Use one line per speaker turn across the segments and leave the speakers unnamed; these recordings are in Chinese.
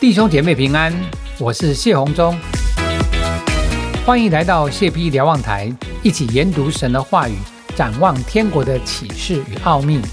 弟兄姐妹平安，我是谢宏忠，欢迎来到谢批瞭望台，一起研读神的话语，展望天国的启示与奥秘。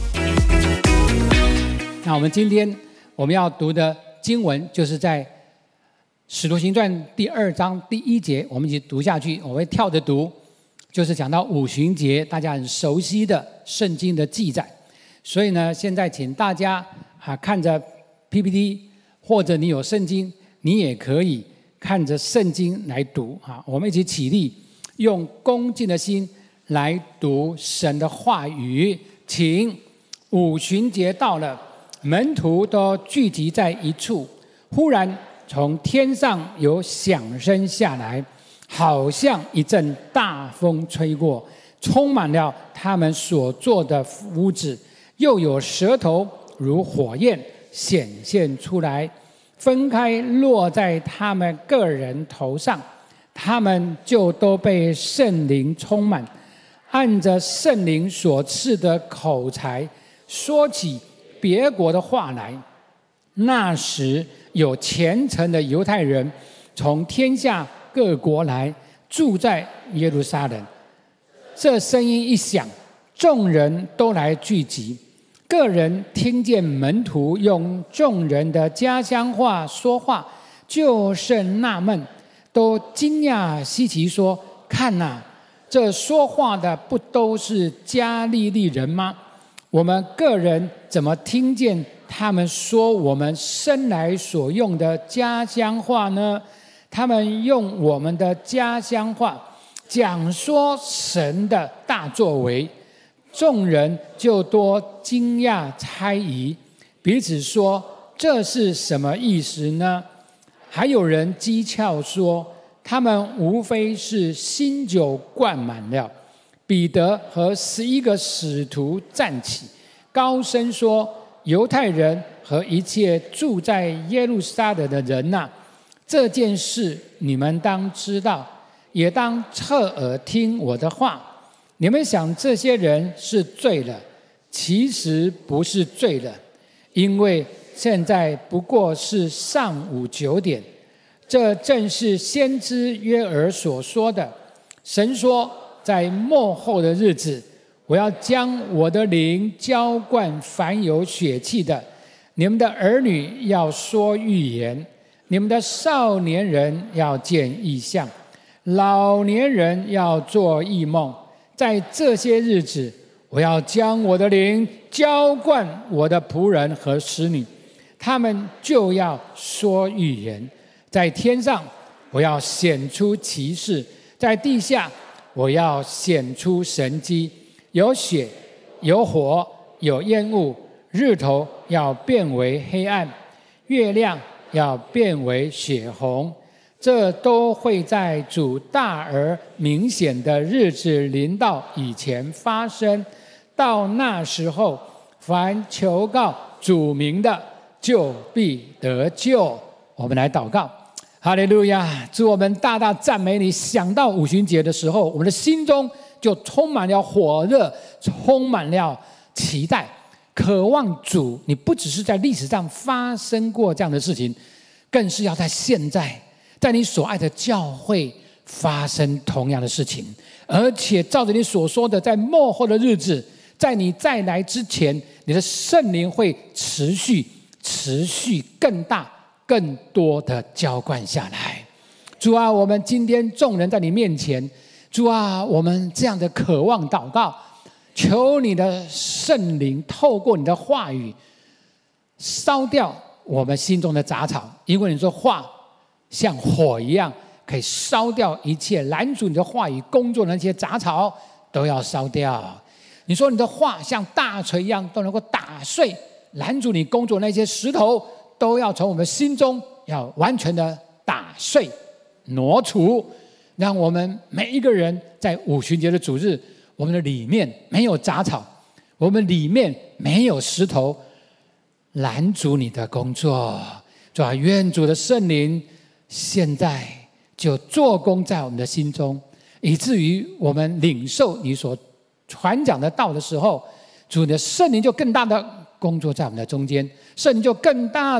那我们今天要读的经文，就是在使徒行传第2章第1节，我们一起读下去，我会跳着读，就是讲到五旬节，大家很熟悉的圣经的记载。所以呢，现在请大家看着 PPT， 或者你有圣经，你也可以看着圣经来读啊。我们一起起立，用恭敬的心来读神的话语。请，五旬节到了，门徒都聚集在一处，忽然从天上有响声下来，好像一阵大风吹过，充满了他们所坐的屋子，又有舌头如火焰显现出来，分开落在他们个人头上，他们就都被圣灵充满，按着圣灵所赐的口才说起别国的话来。那时有虔诚的犹太人从天下各国来，住在耶路撒冷。这声音一响，众人都来聚集。个人听见门徒用众人的家乡话说话，就甚纳闷，都惊讶稀奇说：看哪，这说话的不都是加利利人吗？我们个人怎么听见他们说我们生来所用的家乡话呢？他们用我们的家乡话讲说神的大作为，众人就多惊讶猜疑，彼此说：这是什么意思呢？还有人讥诮说，他们无非是新酒灌满了。彼得和11个使徒站起，高声说：犹太人和一切住在耶路撒冷的人哪，这件事你们当知道，也当侧耳听我的话。你们想这些人是醉了，其实不是醉了，因为现在不过是上午9点。这正是先知约珥所说的，神说，在末后的日子，我要将我的灵浇灌凡有血气的，你们的儿女要说预言，你们的少年人要见异象，老年人要做异梦。在这些日子，我要将我的灵浇灌我的仆人和使女，他们就要说预言。在天上，我要显出奇事；在地下，我要显出神迹。有血，有火，有烟雾，日头要变为黑暗，月亮要变为血红。这都会在主大而明显的日子临到以前发生。到那时候，凡求告主名的，就必得救。我们来祷告。哈利路亚！主，我们大大赞美你。想到五旬节的时候，我们的心中就充满了火热，充满了期待，渴望主，你不只是在历史上发生过这样的事情，更是要在现在，在你所爱的教会发生同样的事情，而且照着你所说的，在末后的日子，在你再来之前，你的圣灵会持续更大更多的浇灌下来。主啊，我们今天众人在你面前，主啊，我们这样的渴望祷告，求你的圣灵透过你的话语烧掉我们心中的杂草，因为你说话像火一样，可以烧掉一切拦阻你的话语工作的那些杂草，都要烧掉。你说你的话像大锤一样，都能够打碎拦阻你工作的那些石头，都要从我们心中要完全的打碎挪除，让我们每一个人在五旬节的主日，我们的里面没有杂草，我们里面没有石头拦阻你的工作。主啊，愿主的圣灵现在就做工在我们的心中，以至于我们领受你所传讲的道的时候，主的圣灵就更大的工作在我们的中间，圣灵就更大的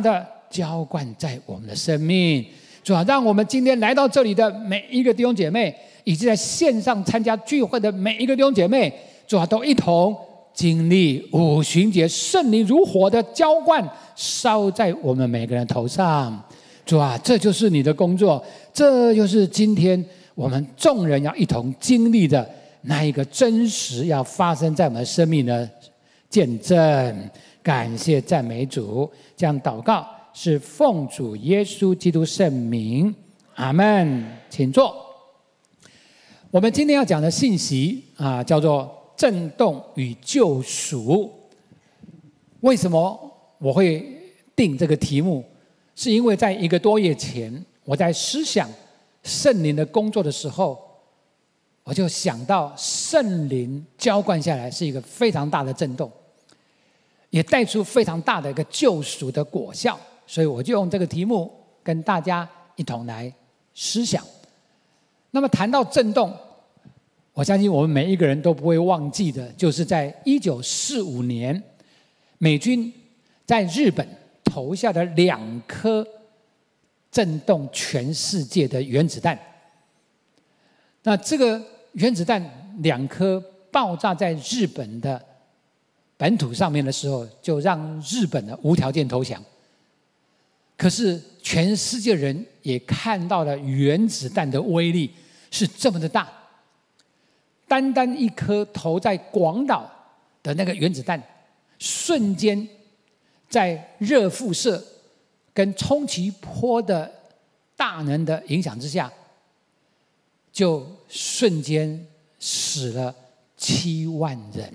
浇灌在我们的生命。主啊，让我们今天来到这里的每一个弟兄姐妹，以及在线上参加聚会的每一个弟兄姐妹，主啊，都一同经历五旬节圣灵如火的浇灌，烧在我们每个人头上。主啊，这就是你的工作，这就是今天我们众人要一同经历的那一个真实要发生在我们生命的见证。感谢赞美主，这样祷告是奉主耶稣基督圣名，阿们。请坐。我们今天要讲的信息叫做震动与救赎。为什么我会定这个题目？是因为在1个多月前，我在思想圣灵的工作的时候，我就想到圣灵浇灌下来是一个非常大的震动，也带出非常大的一个救赎的果效，所以我就用这个题目跟大家一同来思想。那么谈到震动，我相信我们每一个人都不会忘记的，就是在1945年，美军在日本投下的2颗震动全世界的原子弹。那这个原子弹2颗爆炸在日本的本土上面的时候，就让日本的无条件投降。可是全世界人也看到了原子弹的威力是这么的大，单单1颗投在广岛的那个原子弹，瞬间在热辐射跟冲击波的大能的影响之下，就瞬间死了7万人。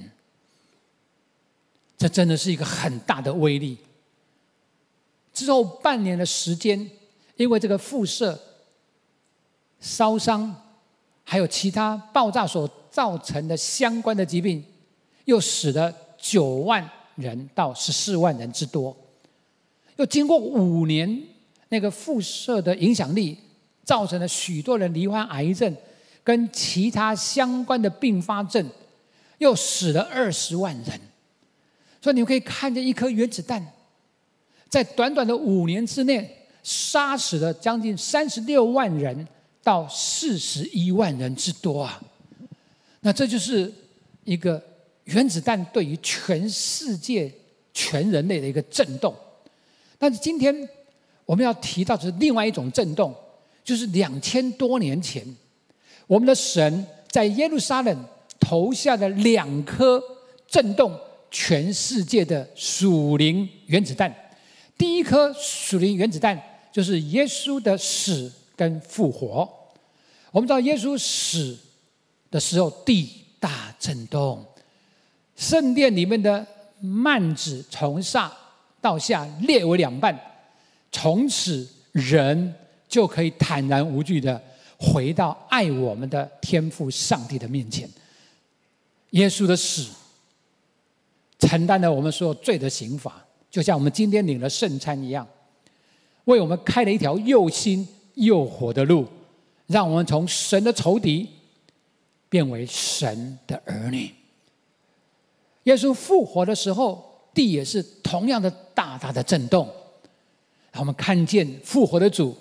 这真的是一个很大的威力。之后半年的时间，因为这个辐射、烧伤，还有其他爆炸所造成的相关的疾病，又死了9万人到14万人之多。又经过5年，那个辐射的影响力，造成了许多人罹患癌症跟其他相关的并发症，又死了20万人。所以你们可以看见1颗原子弹在短短的5年之内，杀死了将近36万人到41万人之多啊！那这就是一个原子弹对于全世界、全人类的一个震动。但是今天我们要提到的是另外一种震动，就是2000多年前，我们的神在耶路撒冷投下的2颗震动全世界的属灵原子弹。第一颗属灵原子弹就是耶稣的死跟复活。我们知道耶稣死的时候，地大震动，圣殿里面的幔子从上到下裂为2半，从此人就可以坦然无惧的回到爱我们的天父上帝的面前。耶稣的死承担了我们所有罪的刑罚，就像我们今天领了圣餐一样，为我们开了一条又新又活的路，让我们从神的仇敌变为神的儿女。耶稣复活的时候，地也是同样的大大的震动。我们看见复活的主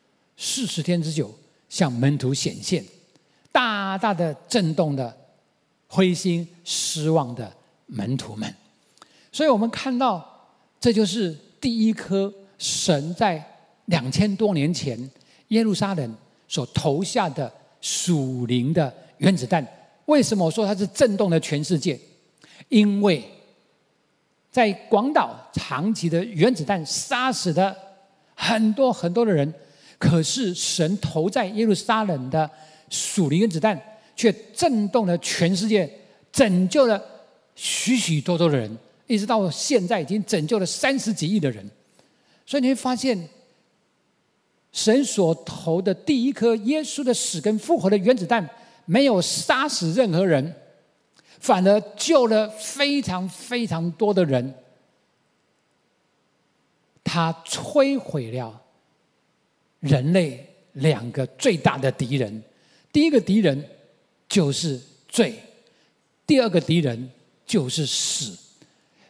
40天之久向门徒显现，大大的震动了灰心失望的门徒们。所以我们看到，这就是第一颗神在2000多年前耶路撒冷所投下的属灵的原子弹。为什么我说它是震动了全世界？因为在广岛长期的原子弹杀死了很多很多的人，可是神投在耶路撒冷的属灵原子弹却震动了全世界，拯救了许许多多的人，一直到现在已经拯救了30几亿的人。所以你会发现，神所投的第一颗耶稣的死跟复活的原子弹，没有杀死任何人，反而救了非常非常多的人。他摧毁了人类2个最大的敌人，第一个敌人就是罪，第2个敌人就是死。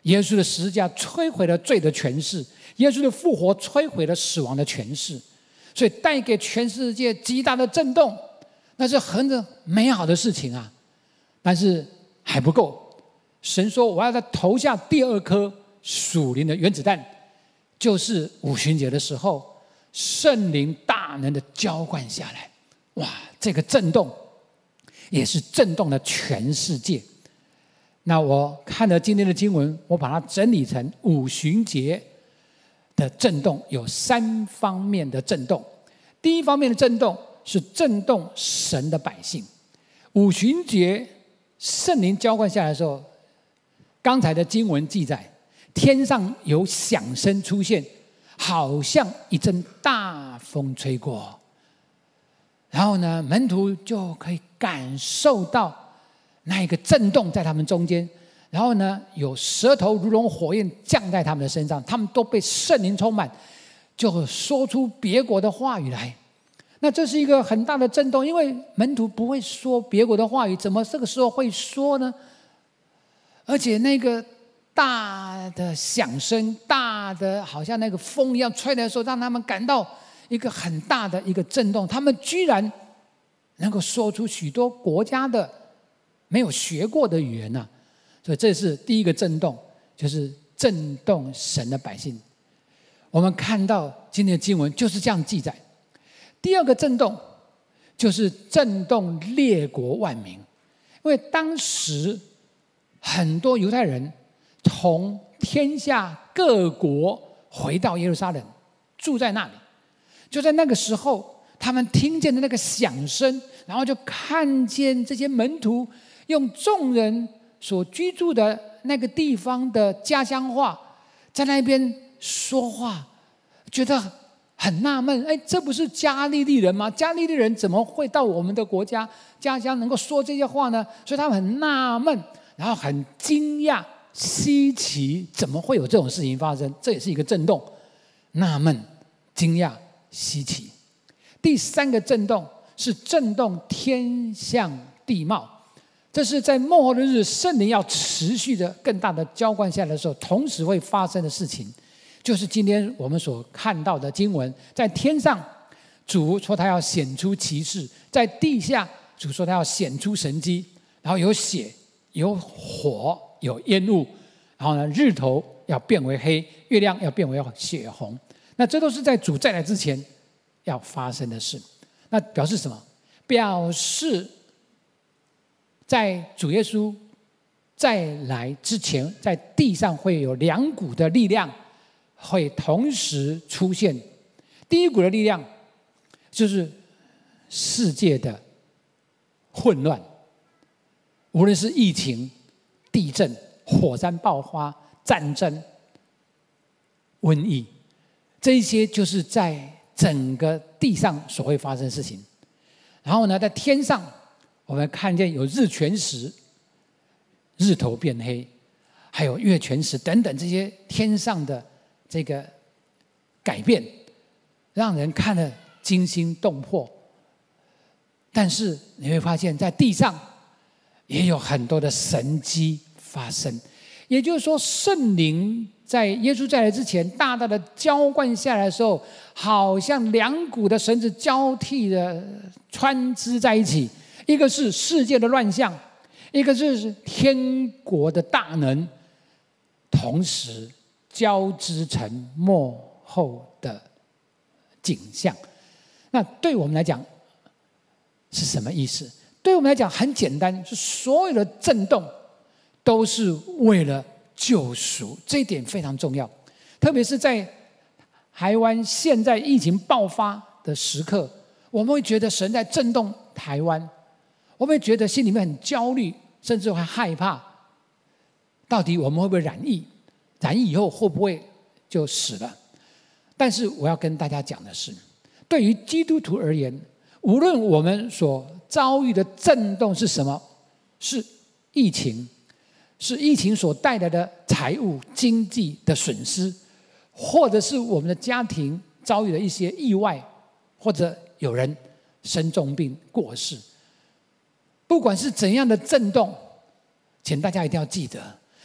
耶稣的十字架摧毁了罪的权势，耶稣的复活摧毁了死亡的权势，所以带给全世界极大的震动，那是很美好的事情啊。但是还不够，神说我要再投下第二颗属灵的原子弹，就是五旬节的时候，圣灵大能的浇灌下来。哇，这个震动也是震动了全世界。那我看了今天的经文，我把它整理成五旬节的震动有3方面的震动。第一方面的震动是震动神的百姓。五旬节圣灵浇灌下来的时候，刚才的经文记载，天上有响声出现，好像一阵大风吹过，然后呢，门徒就可以感受到那一个震动在他们中间，然后呢，有舌头如同火焰降在他们的身上，他们都被圣灵充满，就说出别国的话语来。那这是一个很大的震动，因为门徒不会说别国的话语，怎么这个时候会说呢？而且那个大的响声，大的好像那个风一样吹来的时候，让他们感到一个很大的一个震动，他们居然能够说出许多国家的没有学过的语言啊。所以这是第一个震动，就是震动神的百姓。我们看到今天的经文就是这样记载。第二个震动就是震动列国万民，因为当时很多犹太人从天下各国回到耶路撒冷，住在那里。就在那个时候，他们听见的那个响声，然后就看见这些门徒用众人所居住的那个地方的家乡话，在那边说话，觉得很纳闷，这不是加利利人吗？加利利人怎么会到我们的国家家乡能够说这些话呢？所以他们很纳闷，然后很惊讶、稀奇，怎么会有这种事情发生？这也是一个震动，纳闷、惊讶、稀奇。第三个震动是震动天象地貌，这是在末后的日子，圣灵要持续的更大的浇灌下来的时候，同时会发生的事情。就是今天我们所看到的经文，在天上主说他要显出奇事，在地下主说他要显出神迹，然后有血、有火、有烟雾，然后呢，日头要变为黑，月亮要变为血红。那这都是在主再来之前要发生的事。那表示什么？表示在主耶稣再来之前，在地上会有2股的力量会同时出现。第一股的力量就是世界的混乱，无论是疫情、地震、火山爆发、战争、瘟疫，这一些就是在整个地上所会发生的事情。然后呢，在天上我们看见有日全食，日头变黑，还有月全食等等这些天上的这个改变，让人看了惊心动魄。但是你会发现在地上也有很多的神迹发生，也就是说，圣灵在耶稣再来之前大大的浇灌下来的时候，好像2股的绳子交替的穿织在一起，一个是世界的乱象，一个是天国的大能，同时交织成末后的景象。那对我们来讲是什么意思？对我们来讲很简单，是所有的震动都是为了救赎，这一点非常重要。特别是在台湾现在疫情爆发的时刻，我们会觉得神在震动台湾，我们会觉得心里面很焦虑，甚至会害怕，到底我们会不会染疫？染疫以后会不会就死了？但是我要跟大家讲的是，对于基督徒而言，无论我们所遭遇的震动是什么，是疫情，是疫情所带来的财务经济的损失，或者是我们的家庭遭遇了一些意外，或者有人生重病过世，不管是怎样的震动，请大家一定要记得，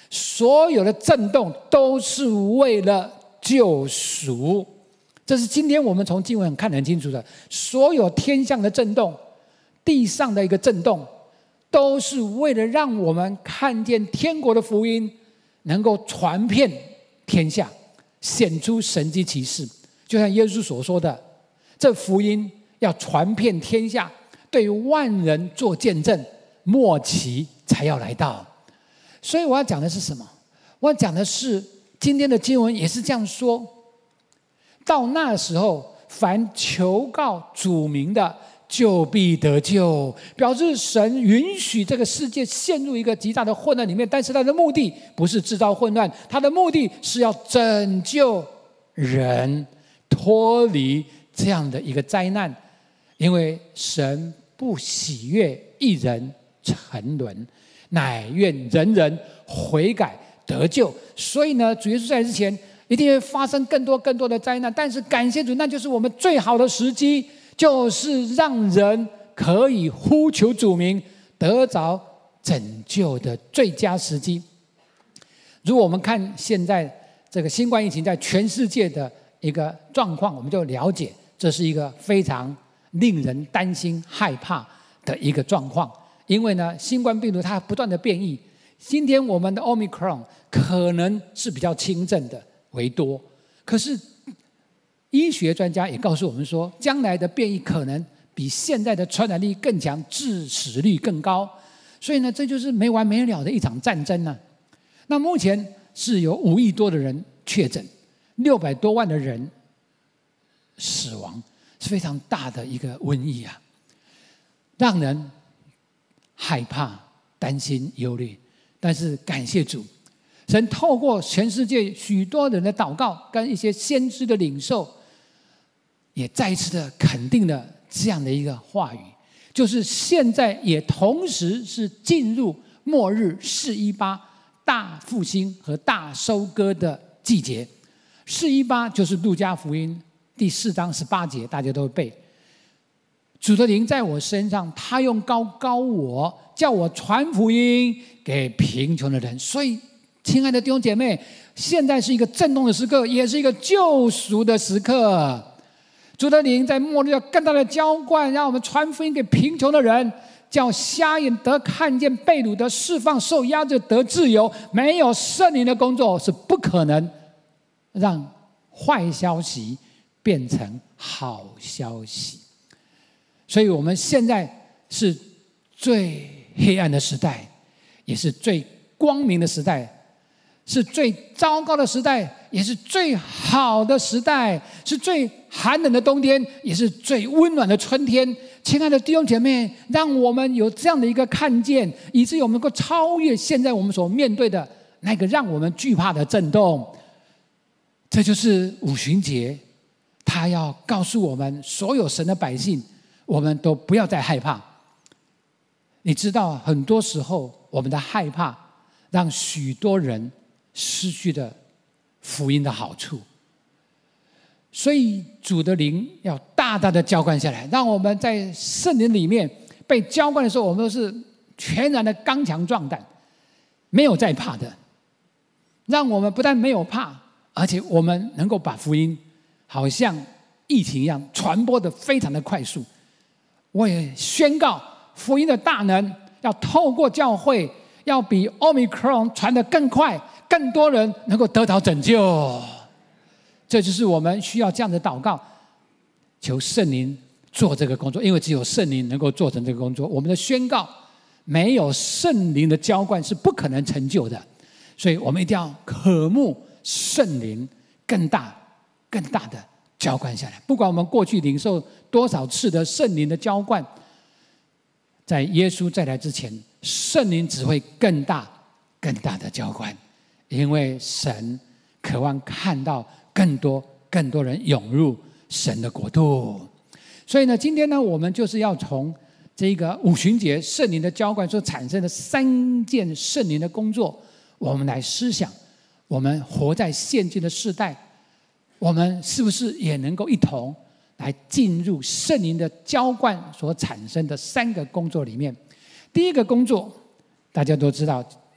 所有的震动都是为了救赎。这是今天我们从经文看得很清楚的。所有天象的震动，地上的一个震动，都是为了让我们看见天国的福音能够传遍天下，显出神迹奇事。就像耶稣所说的，这福音要传遍天下，对万人做见证，末期才要来到。所以我要讲的是什么？我要讲的是今天的经文也是这样说，到那时候，凡求告主名的，就必得救。表示神允许这个世界陷入一个极大的混乱里面，但是他的目的不是制造混乱，他的目的是要拯救人脱离这样的一个灾难。因为神不喜悦一人沉沦，乃愿人人悔改得救。所以呢，主耶稣在之前一定会发生更多的灾难，但是感谢主，那就是我们最好的时机，就是让人可以呼求主名，得着拯救的最佳时机。如果我们看现在这个新冠疫情在全世界的一个状况，我们就了解这是一个非常令人担心害怕的一个状况。因为呢，新冠病毒它不断的变异，今天我们的 Omicron 可能是比较轻症的为多，可是医学专家也告诉我们说，将来的变异可能比现在的传染力更强，致死率更高。所以呢，这就是没完没了的一场战争呢。那目前是有5亿多的人确诊，600多万的人死亡，是非常大的一个瘟疫啊，让人害怕、担心、忧虑。但是感谢主，神透过全世界许多人的祷告跟一些先知的领受，也再一次的肯定了这样的一个话语，就是现在也同时是进入末日418大复兴和大收割的季节。418就是路加福音第4章18节，大家都会背。主的灵在我身上，他用膏膏我，叫我传福音给贫穷的人。所以亲爱的弟兄姐妹，现在是一个震动的时刻，也是一个救赎的时刻。主的灵在末日要更大的浇灌，让我们传福音给贫穷的人，叫瞎眼得看见，被掳得释放，受压制得自由。没有圣灵的工作，是不可能让坏消息变成好消息。所以我们现在是最黑暗的时代，也是最光明的时代，是最糟糕的时代，也是最好的时代，是最寒冷的冬天，也是最温暖的春天。亲爱的弟兄姐妹，让我们有这样的一个看见，以至于我们能够超越现在我们所面对的那个让我们惧怕的震动。这就是五旬节，他要告诉我们所有神的百姓，我们都不要再害怕。你知道，很多时候我们的害怕让许多人失去了福音的好处。所以主的灵要大大的浇灌下来，让我们在圣灵里面被浇灌的时候，我们都是全然的刚强壮胆，没有再怕的。让我们不但没有怕，而且我们能够把福音好像疫情一样传播的非常的快速。我也宣告福音的大能要透过教会，要比 Omicron 传得更快，更多人能够得到拯救。这就是我们需要这样的祷告，求圣灵做这个工作，因为只有圣灵能够做成这个工作。我们的宣告，没有圣灵的浇灌是不可能成就的，所以我们一定要渴慕圣灵更大的浇灌下来。不管我们过去领受多少次的圣灵的浇灌，在耶稣再来之前，圣灵只会更大的浇灌，因为神渴望看到更多人涌入神的国度。所以呢，今天呢，我们就是要从这个五旬节圣灵的浇灌所产生的3件圣灵的工作，我们来思想，我们活在现今的世代，我们是不是也能够一同来进入圣灵的浇灌所产生的3个工作里面。第一个工作大家都知道，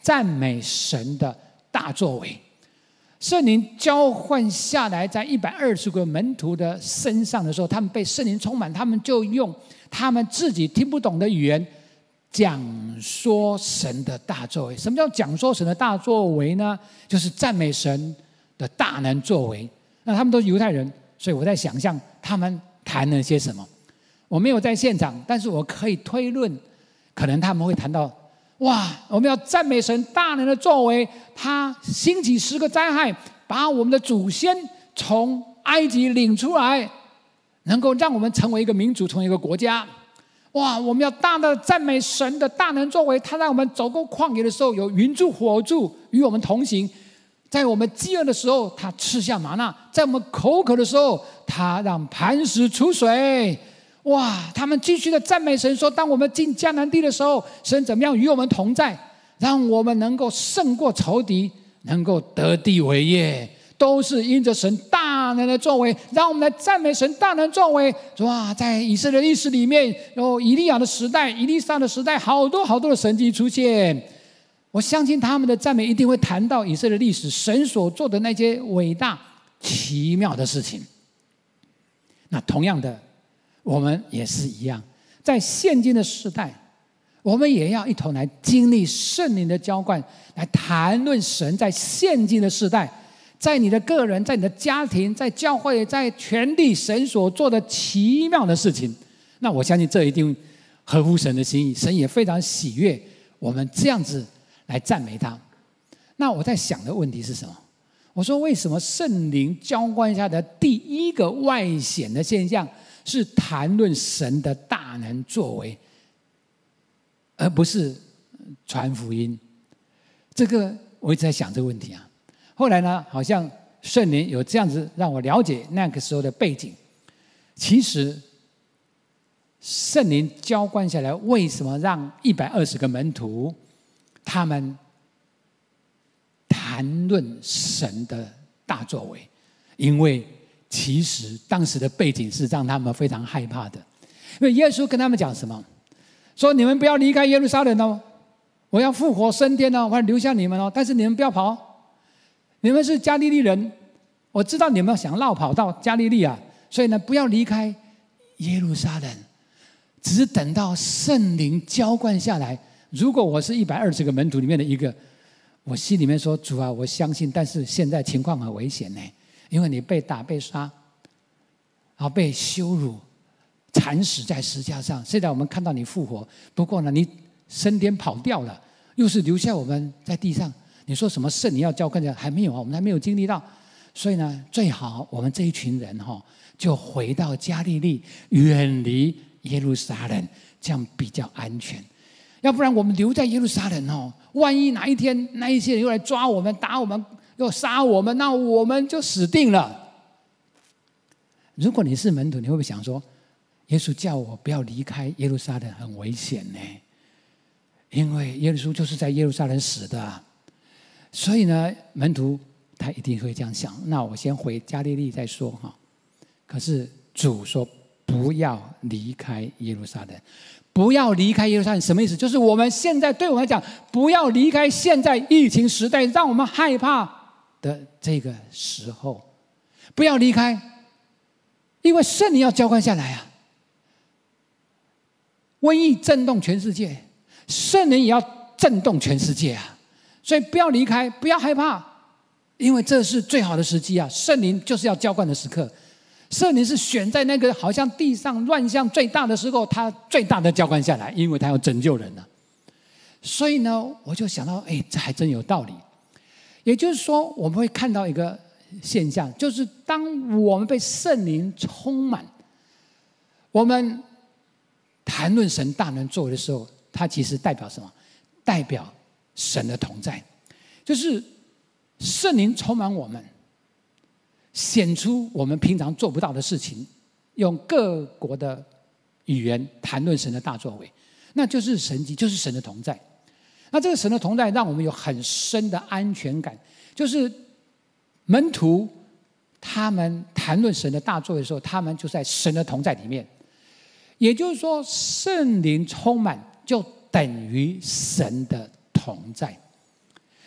赞美神的大作为。圣灵浇灌下来在120个门徒的身上的时候，他们被圣灵充满，他们就用他们自己听不懂的语言讲说神的大作为。什么叫讲说神的大作为呢？就是赞美神的大能作为。那他们都是犹太人，所以我在想象他们谈了些什么。我没有在现场，但是我可以推论，可能他们会谈到，哇，我们要赞美神大能的作为，他兴起10个灾害，把我们的祖先从埃及领出来，能够让我们成为一个民族，成为一个国家。哇，我们要大大的赞美神的大能作为，他让我们走过旷野的时候有云柱火柱与我们同行，在我们饥饿的时候他赐下玛纳，在我们口渴的时候他让磐石出水。哇，他们继续的赞美神说，当我们进迦南地的时候，神怎么样与我们同在，让我们能够胜过仇敌，能够得地为业，都是因着神大能的作为。让我们来赞美神大能作为。哇，在以色列历史里面，有以利亚的时代、以利沙的时代，好多好多的神迹出现。我相信他们的赞美一定会谈到以色列历史神所做的那些伟大奇妙的事情。那同样的，我们也是一样，在现今的时代，我们也要一同来经历圣灵的浇灌，来谈论神在现今的时代，在你的个人、在你的家庭、在教会、在全地神所做的奇妙的事情。那我相信这一定合乎神的心意，神也非常喜悦我们这样子来赞美他。那我在想的问题是什么？我说，为什么圣灵浇灌下的第一个外显的现象是谈论神的大能作为，而不是传福音？这个我一直在想这个问题啊。后来呢，好像圣灵有这样子让我了解那个时候的背景。其实圣灵浇灌下来，为什么让120个门徒他们谈论神的大作为？因为其实当时的背景是让他们非常害怕的。因为耶稣跟他们讲什么？说你们不要离开耶路撒冷哦，我要复活升天哦，我要留下你们哦，但是你们不要跑，你们是加利利人，我知道你们想绕跑到加利利啊，所以呢，不要离开耶路撒冷，只是等到圣灵浇灌下来。如果我是120个门徒里面的一个，我心里面说，主啊，我相信，但是现在情况很危险呢，因为你被打被杀，然后被羞辱惨死在石架上，现在我们看到你复活，不过呢你升天跑掉了，又是留下我们在地上，你说什么圣灵要浇灌下还没有啊，我们还没有经历到。所以呢，最好我们这一群人就回到加利利，远离耶路撒冷，这样比较安全。要不然我们留在耶路撒冷万一哪一天那一些人又来抓我们、打我们、又杀我们，那我们就死定了。如果你是门徒，你会不会想说，耶稣叫我不要离开耶路撒冷，很危险呢？因为耶稣就是在耶路撒冷死的，所以呢，门徒他一定会这样想。那我先回加利利再说哈。可是主说不要离开耶路撒冷，不要离开耶路撒冷，什么意思？就是我们现在对我们来讲，不要离开现在疫情时代让我们害怕的这个时候，不要离开，因为圣灵要浇灌下来啊。瘟疫震动全世界，圣灵也要震动全世界啊！所以不要离开，不要害怕，因为这是最好的时机啊！圣灵就是要浇灌的时刻，圣灵是选在那个好像地上乱象最大的时候，他最大的浇灌下来，因为他要拯救人啊。所以呢，我就想到，这还真有道理。也就是说，我们会看到一个现象，就是当我们被圣灵充满，我们谈论神大能作为的时候，它其实代表什么？代表神的同在，就是圣灵充满我们，显出我们平常做不到的事情，用各国的语言谈论神的大作为，那就是神迹，就是神的同在。那这个神的同在让我们有很深的安全感，就是门徒他们谈论神的大作为的时候，他们就在神的同在里面。也就是说，圣灵充满就等于神的同在。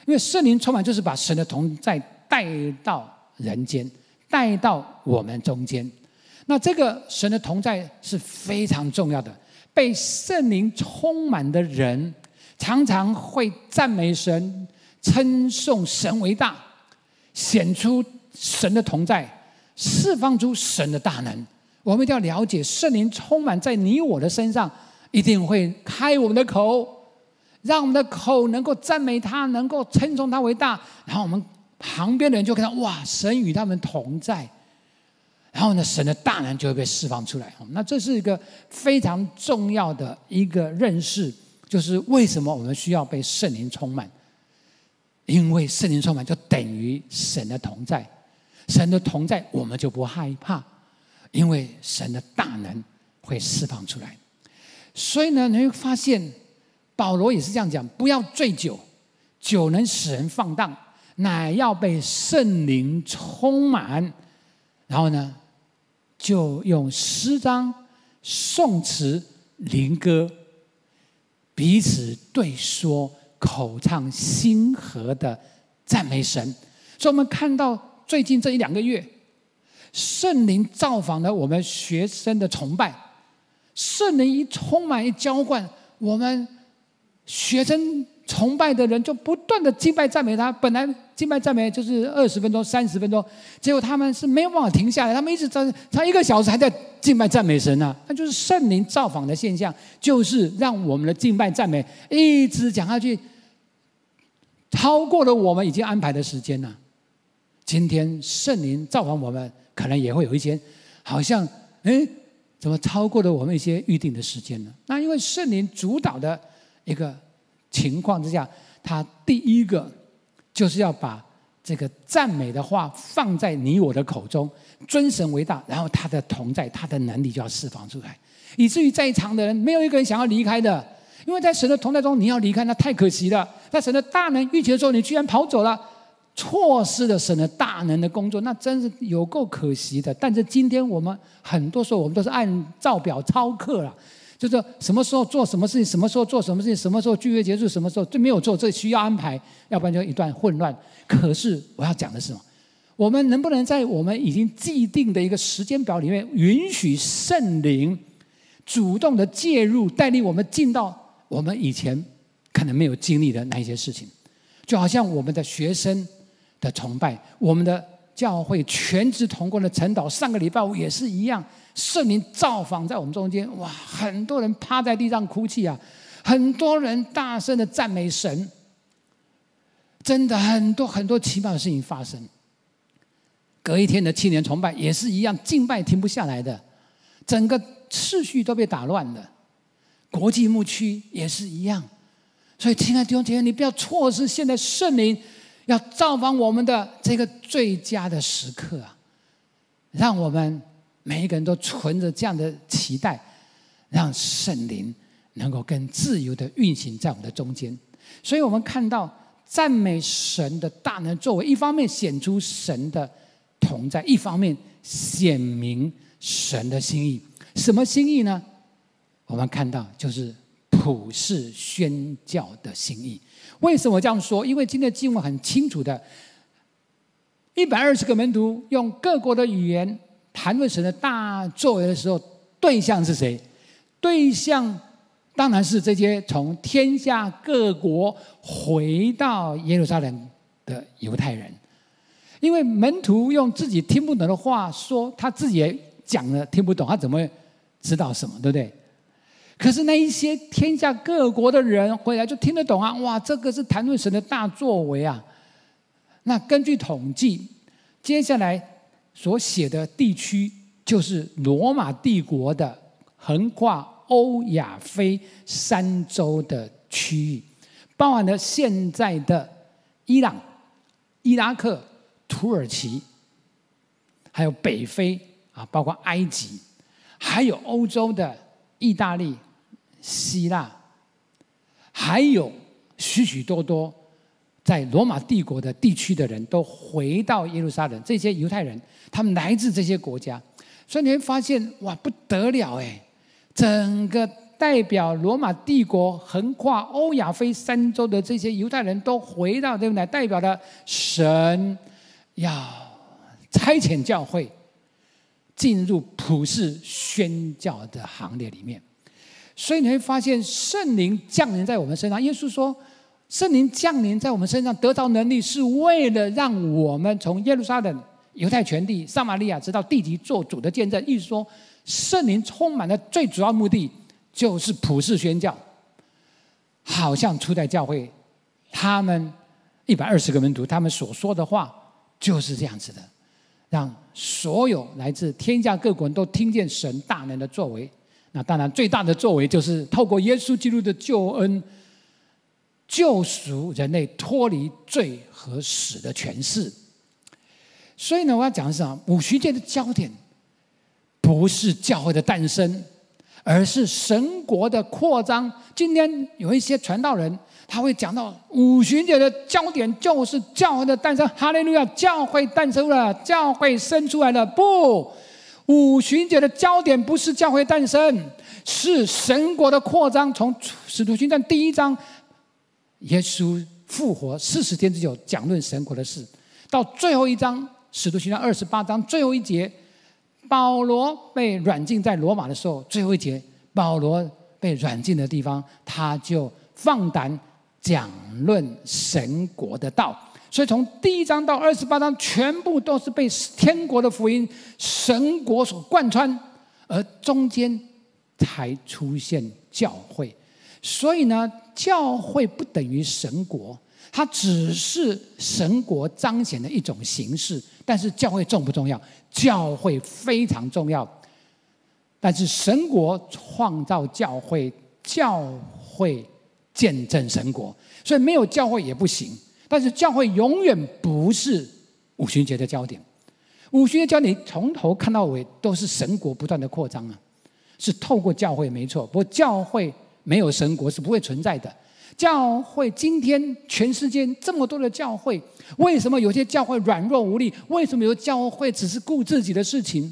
因为圣灵充满就是把神的同在带到人间，带到我们中间。那这个神的同在是非常重要的。被圣灵充满的人，常常会赞美神，称颂神为大，显出神的同在，释放出神的大能。我们一定要了解，圣灵充满在你我的身上，一定会开我们的口，让我们的口能够赞美他，能够称颂他为大。然后我们旁边的人就看到，哇，神与他们同在。然后呢，神的大能就会被释放出来。那这是一个非常重要的一个认识，就是为什么我们需要被圣灵充满。因为圣灵充满就等于神的同在，神的同在我们就不害怕，因为神的大能会释放出来。所以呢，你会发现保罗也是这样讲，不要醉酒，酒能使人放荡，乃要被圣灵充满。然后呢，就用诗章、颂词、灵歌彼此对说，口唱心和的赞美神。所以我们看到最近这1-2个月，圣灵造访了我们学生的崇拜，圣灵一充满一浇灌，我们学生崇拜的人就不断的敬拜赞美他。本来敬拜赞美就是20分钟、30分钟，结果他们是没有办法停下来，他们一直长1个小时还在敬拜赞美神啊。那就是圣灵造访的现象，就是让我们的敬拜赞美一直讲下去，超过了我们已经安排的时间了。今天圣灵造访我们，可能也会有一些好像怎么超过了我们一些预定的时间呢？那因为圣灵主导的一个情况之下，他第一个就是要把这个赞美的话放在你我的口中，尊神为大，然后他的同在，他的能力就要释放出来，以至于在场的人没有一个人想要离开的。因为在神的同在中，你要离开那太可惜了。在神的大能预期的时候，你居然跑走了，错失了神的大能的工作，那真是有够可惜的。但是今天我们很多时候，我们都是按照表操课了，就是什么时候做什么事情，什么时候做什么事情，什么时候聚会结束，什么时候就没有做，这需要安排，要不然就一段混乱。可是我要讲的是什么？我们能不能在我们已经既定的一个时间表里面，允许圣灵主动的介入，带领我们进到我们以前可能没有经历的那一些事情？就好像我们的学生的崇拜，我们的教会全职同工的晨祷，上个礼拜五也是一样，圣灵造访在我们中间，哇，很多人趴在地上哭泣啊，很多人大声的赞美神，真的很多很多奇妙的事情发生。隔一天的青年崇拜也是一样，敬拜停不下来的，整个秩序都被打乱了。国际牧区也是一样。所以亲爱的弟兄姐妹，你不要错失现在圣灵要造访我们的这个最佳的时刻啊！让我们每一个人都存着这样的期待，让圣灵能够更自由的运行在我们的中间。所以我们看到赞美神的大能作为，一方面显出神的同在，一方面显明神的心意。什么心意呢？我们看到就是普世宣教的心意。为什么这样说？因为今天的经文很清楚的，120个门徒用各国的语言谈论神的大作为的时候，对象是谁？对象当然是这些从天下各国回到耶路撒冷的犹太人。因为门徒用自己听不懂的话说，他自己也讲了听不懂，他怎么会知道什么，对不对？可是那一些天下各国的人回来就听得懂啊！哇，这个是谈论神的大作为啊！那根据统计，接下来所写的地区就是罗马帝国的横跨欧亚非3洲的区域，包含了现在的伊朗、伊拉克、土耳其，还有北非啊，包括埃及，还有欧洲的意大利、希腊，还有许许多多在罗马帝国的地区的人都回到耶路撒冷。这些犹太人，他们来自这些国家，所以你会发现，哇，不得了哎！整个代表罗马帝国横跨欧亚非三洲的这些犹太人都回到这边来，代表了神要差遣教会进入普世宣教的行列里面。所以你会发现圣灵降临在我们身上，耶稣说圣灵降临在我们身上得着能力，是为了让我们从耶路撒冷、犹太全地、撒玛利亚直到地极做主的见证。意思说圣灵充满的最主要目的就是普世宣教。好像初代教会他们120个门徒，他们所说的话就是这样子的，让所有来自天下各国人都听见神大能的作为。那当然最大的作为就是透过耶稣基督的救恩，救赎人类脱离罪和死的权势。所以呢，我要讲的是五旬节的焦点不是教会的诞生，而是神国的扩张。今天有一些传道人他会讲到五旬节的焦点就是教会的诞生，哈利路亚，教会诞生了，教会生出来了。不，五旬节的焦点不是教会诞生，是神国的扩张。从使徒行传第1章，耶稣复活40天之久，讲论神国的事，到最后一章使徒行传28章最后一节，保罗被软禁在罗马的时候，最后一节保罗被软禁的地方，他就放胆讲论神国的道。所以从第1章到28章全部都是被天国的福音、神国所贯穿，而中间才出现教会。所以呢，教会不等于神国，它只是神国彰显的一种形式。但是教会重不重要？教会非常重要。但是神国创造教会，教会见证神国，所以没有教会也不行。但是教会永远不是五旬节的焦点。五旬节焦点从头看到尾都是神国不断的扩张啊，是透过教会没错。不过教会没有神国是不会存在的。教会今天全世界这么多的教会，为什么有些教会软弱无力？为什么有教会只是顾自己的事情，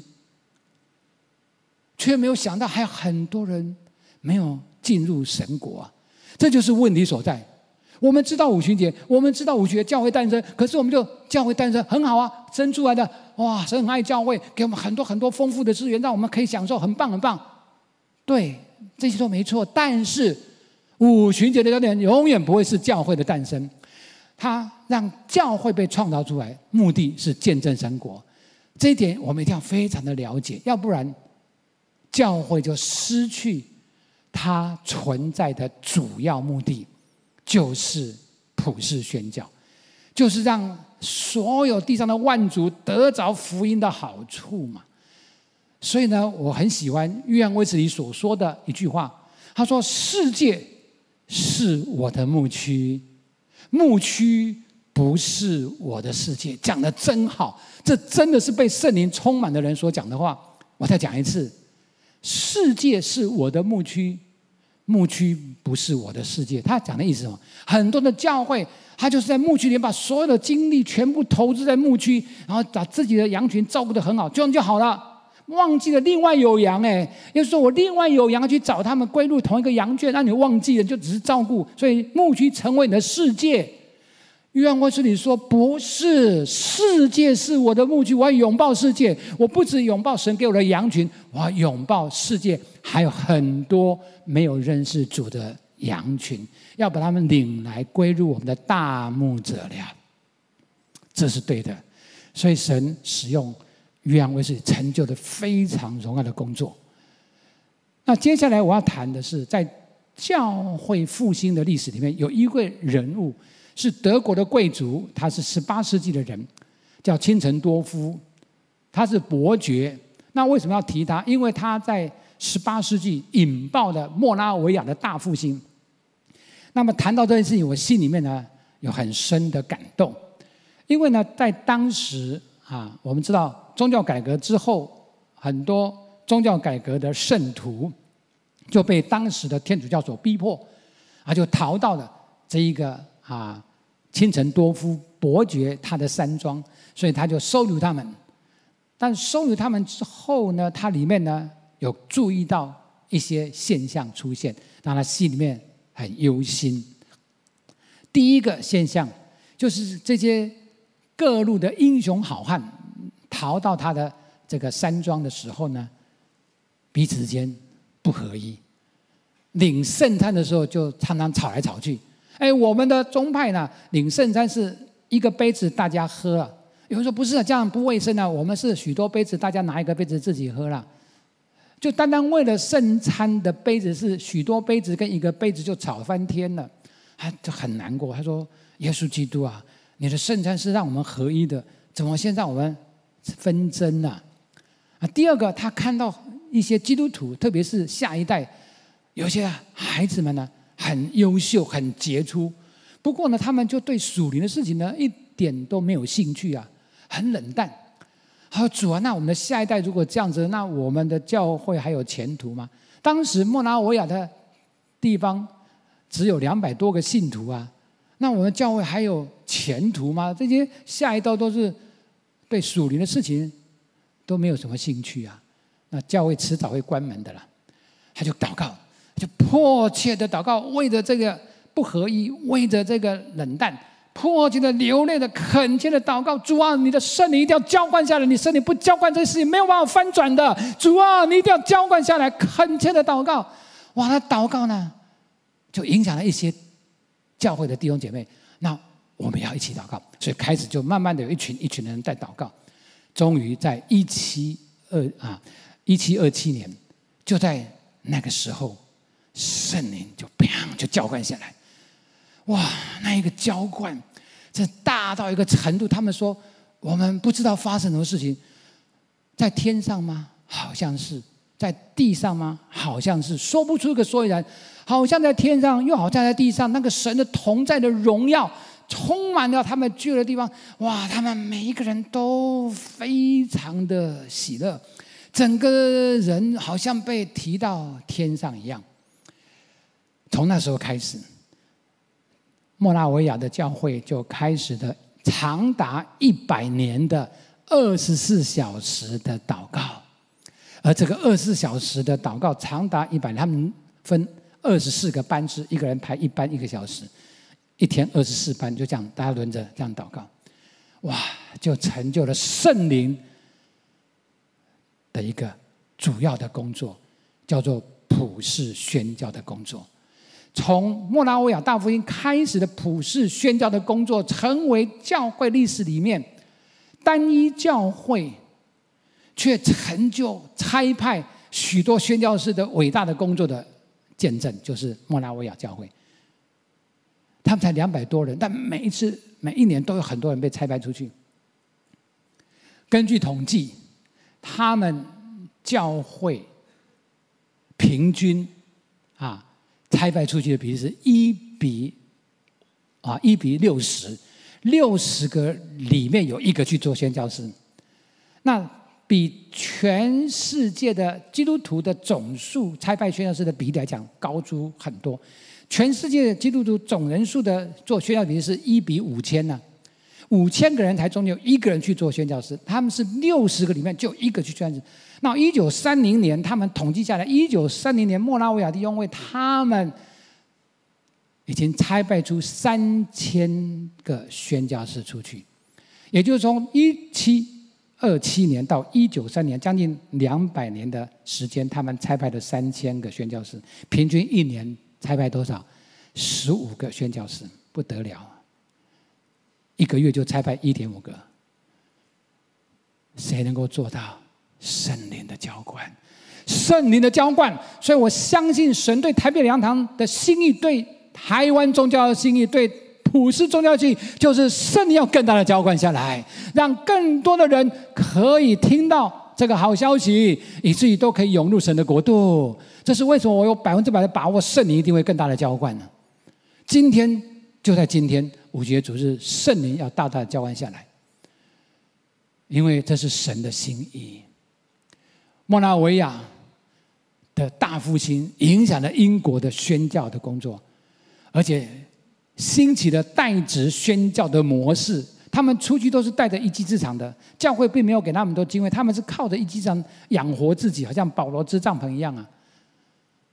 却没有想到还有很多人没有进入神国啊？这就是问题所在。我们知道五旬节，我们知道五旬节教会诞生，可是我们就教会诞生很好啊，生出来的哇，神很爱教会，给我们很多很多丰富的资源，让我们可以享受，很棒很棒。对，这些都没错。但是五旬节的焦点永远不会是教会的诞生，它让教会被创造出来，目的是见证神国。这一点我们一定要非常的了解，要不然教会就失去它存在的主要目的，就是普世宣教，就是让所有地上的万族得着福音的好处嘛。所以呢，我很喜欢约翰卫斯理所说的一句话，他说：“世界是我的牧区，牧区不是我的世界。”讲得真好，这真的是被圣灵充满的人所讲的话。我再讲一次，世界是我的牧区，牧区不是我的世界。他讲的意思是什么？很多的教会他就是在牧区里把所有的精力全部投资在牧区，然后把自己的羊群照顾得很好，这样就好了，忘记了另外有羊。也就是说我另外有羊去找他们归入同一个羊圈，让你忘记了，就只是照顾，所以牧区成为你的世界。约翰卫斯理说：“不是，世界是我的牧区，我要拥抱世界。我不只拥抱神给我的羊群，我要拥抱世界，还有很多没有认识主的羊群，要把他们领来归入我们的大牧者了。”这是对的。所以神使用约翰卫斯理成就的非常荣耀的工作。那接下来我要谈的是，在教会复兴的历史里面，有一位人物是德国的贵族，他是18世纪的人，叫钦陈多夫，他是伯爵。那为什么要提他？因为他在18世纪引爆了莫拉维亚的大复兴。那么谈到这件事情，我心里面呢有很深的感动，因为呢在当时我们知道宗教改革之后，很多宗教改革的圣徒就被当时的天主教所逼迫，就逃到了这一个钦陈多夫伯爵他的山庄，所以他就收留他们。但收留他们之后呢，他里面呢有注意到一些现象出现，让他心里面很忧心。第一个现象就是这些各路的英雄好汉逃到他的这个山庄的时候呢，彼此之间不合一，领圣餐的时候就常常吵来吵去。我们的宗派呢，领圣餐是一个杯子大家喝啊，有人说不是啊，这样不卫生啊，我们是许多杯子，大家拿一个杯子自己喝啦。就单单为了圣餐的杯子是许多杯子跟一个杯子就吵翻天了，他就很难过。他说：“耶稣基督啊，你的圣餐是让我们合一的，怎么现在我们纷争啊？”第二个，他看到一些基督徒，特别是下一代，有些孩子们呢很优秀、很杰出，不过呢，他们就对属灵的事情呢一点都没有兴趣啊，很冷淡。他说：“主啊，那我们的下一代如果这样子，那我们的教会还有前途吗？”当时莫拉维亚的地方只有200多个信徒啊，那我们教会还有前途吗？这些下一代都是对属灵的事情都没有什么兴趣啊，那教会迟早会关门的了。他就祷告，就迫切的祷告，为着这个不合一，为着这个冷淡，迫切的流泪的恳切的祷告：主啊，你的圣灵一定要浇灌下来，你圣灵不浇灌，这事情没有办法翻转的。主啊，你一定要浇灌下来，恳切的祷告。哇，那祷告呢，就影响了一些教会的弟兄姐妹。那我们要一起祷告，所以开始就慢慢的有一群的人在祷告。终于在1727年，就在那个时候，圣灵就砰就浇灌下来。哇，那一个浇灌，这大到一个程度，他们说我们不知道发生什么事情，在天上吗？好像是。在地上吗？好像是，说不出个所以然，好像在天上，又好像在地上，那个神的同在的荣耀充满了他们去的地方。哇，他们每一个人都非常的喜乐，整个人好像被提到天上一样。从那时候开始，莫拉维亚的教会就开始了长达100年的24小时的祷告。而这个24小时的祷告长达100年，他们分24个班次，一个人排1班1个小时，一天24班，就这样大家轮着这样祷告。哇，就成就了圣灵的一个主要的工作，叫做普世宣教的工作。从莫拉维亚大福音开始的普世宣教的工作，成为教会历史里面单一教会却成就差派许多宣教士的伟大的工作的见证，就是莫拉维亚教会。他们才200多人，但每一年都有很多人被差派出去。根据统计，他们教会平均差派出去的比例是1比60，60个里面有1个去做宣教士。那比全世界的基督徒的总数差派宣教士的比例来讲高出很多。全世界的基督徒总人数的做宣教比例是1比5000呢，5000个人才中间有1个人去做宣教士，他们是60个里面就有1个去宣教士。那1930年他们统计下来，1930年莫拉维亚弟兄会他们已经差派出3000个宣教士出去，也就是从1727年到1930年，将近200年的时间，他们差派了3000个宣教士，平均1年差派多少？15个宣教士，不得了，1个月就差派1.5个。谁能够做到圣灵的浇灌？圣灵的浇灌，所以我相信神对台北良堂的心意，对台湾宗教的心意，对普世宗教性，就是圣灵要更大的浇灌下来，让更多的人可以听到这个好消息，以至于都可以涌入神的国度。这是为什么我有100%的把握，圣灵一定会更大的浇灌呢？今天就在今天5节主日，圣灵要大大的浇灌下来，因为这是神的心意。莫拉维亚的大复兴影响了英国的宣教的工作，而且兴起了代职宣教的模式。他们出去都是带着一技之长的，教会并没有给他们多经费，他们是靠着一技之长养活自己，好像保罗支帐篷一样啊。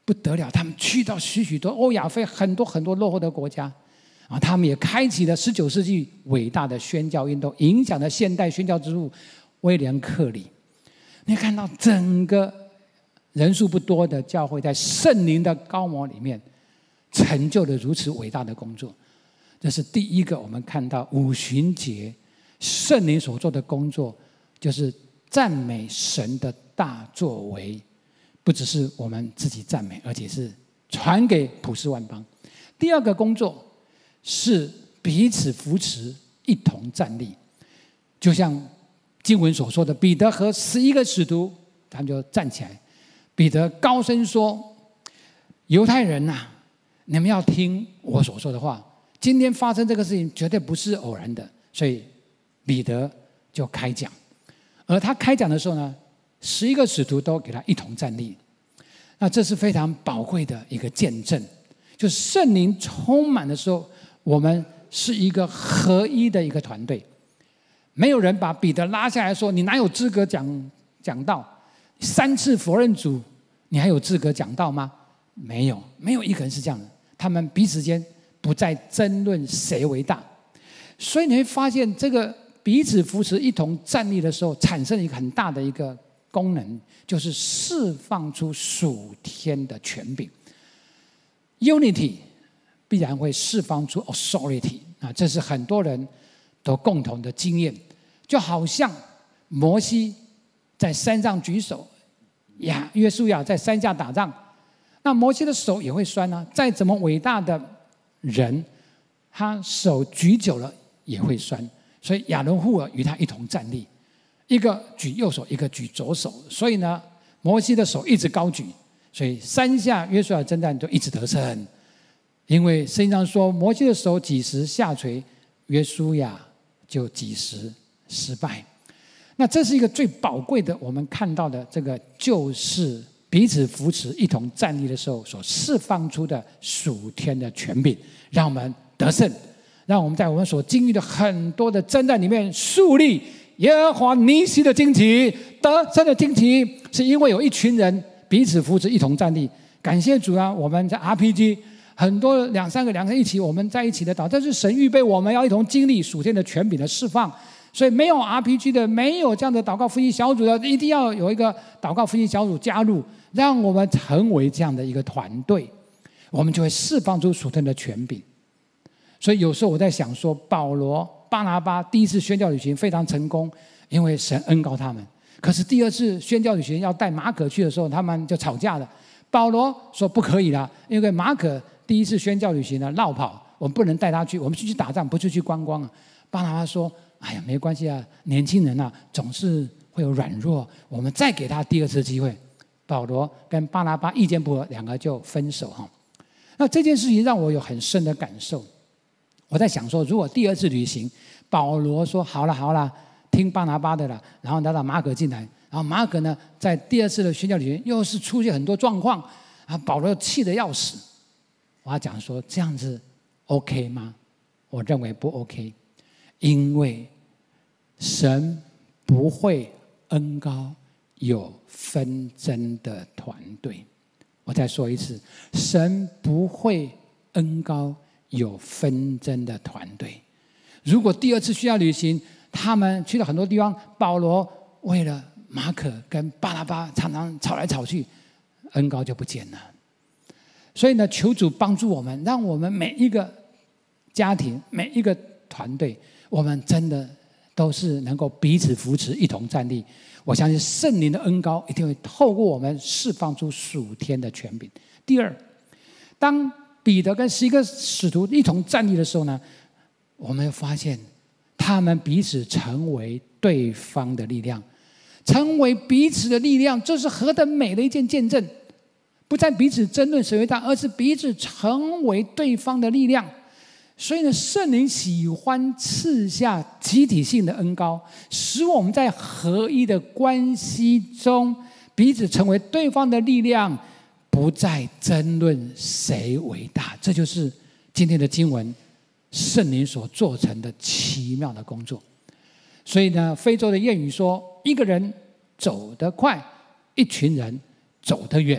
不得了，他们去到许多欧亚非很多很多落后的国家，他们也开启了19世纪伟大的宣教运动，影响了现代宣教之父威廉克里。你看到整个人数不多的教会，在圣灵的高摩里面，成就了如此伟大的工作。这是第一个，我们看到五旬节圣灵所做的工作，就是赞美神的大作为，不只是我们自己赞美，而且是传给普世万邦。第二个工作是彼此扶持，一同站立。就像经文所说的，彼得和11个使徒，他们就站起来。彼得高声说：“犹太人呐，你们要听我所说的话。今天发生这个事情，绝对不是偶然的。”所以彼得就开讲。而他开讲的时候呢，11个使徒都给他一同站立。那这是非常宝贵的一个见证，就是圣灵充满的时候，我们是一个合一的一个团队。没有人把彼得拉下来说：“你哪有资格讲道？3次否认主，你还有资格讲道吗？”没有一个人是这样的。他们彼此间不再争论谁为大，所以你会发现，这个彼此扶持、一同站立的时候，产生一个很大的一个功能，就是释放出属天的权柄。Unity 必然会释放出 authority， 这是很多人都共同的经验。就好像摩西在山上举手，约书亚在山下打仗，那摩西的手也会酸啊。再怎么伟大的人，他手举久了也会酸。所以亚伦户尔与他一同站立，一个举右手，一个举左手。所以呢，摩西的手一直高举，所以山下约书亚征战就一直得胜。因为圣经上说，摩西的手几时下垂，约书亚就几时失败。那这是一个最宝贵的，我们看到的这个就是彼此扶持、一同站立的时候所释放出的属天的权柄，让我们得胜，让我们在我们所经历的很多的征战里面树立耶和华尼西的旌旗。得胜的旌旗是因为有一群人彼此扶持、一同站立。感谢主啊！我们在 RPG 很多2、3个一起，我们在一起的祷，这是神预备我们要一同经历属天的权柄的释放。所以没有 RPG 的，没有这样的祷告复兴小组的，一定要有一个祷告复兴小组加入，让我们成为这样的一个团队，我们就会释放出属天的权柄。所以有时候我在想说，保罗、巴拿巴第一次宣教旅行非常成功，因为神恩膏他们。可是第2次宣教旅行要带马可去的时候，他们就吵架了。保罗说不可以啦，因为马可第1次宣教旅行呢落跑，我们不能带他去，我们去打仗，不是去观光啊。巴拿巴说：“哎呀，没关系啊，年轻人啊，总是会有软弱，我们再给他第2次机会。”保罗跟巴拿巴意见不合，2个就分手哈。那这件事情让我有很深的感受。我在想说，如果第2次旅行，保罗说好了，听巴拿巴的了，然后拿到马可进来，然后马可呢，在第2次的宣教旅行又是出现很多状况，保罗气得要死。我要讲说，这样子 OK 吗？我认为不 OK。因为神不会恩膏有纷争的团队。我再说一次，神不会恩膏有纷争的团队。如果第2次宣教旅行，他们去了很多地方，保罗为了马可跟巴拿巴常常吵来吵去，恩膏就不见了。所以呢，求主帮助我们，让我们每一个家庭、每一个团队，我们真的都是能够彼此扶持，一同站立。我相信圣灵的恩膏一定会透过我们释放出属天的权柄。第2，当彼得跟11个使徒一同站立的时候呢，我们发现他们彼此成为对方的力量，成为彼此的力量，这是何等美的一件见证！不再彼此争论谁为大，而是彼此成为对方的力量。所以呢，圣灵喜欢赐下集体性的恩膏，使我们在合一的关系中，彼此成为对方的力量，不再争论谁为大。这就是今天的经文，圣灵所做成的奇妙的工作。所以呢，非洲的谚语说：一个人走得快，一群人走得远。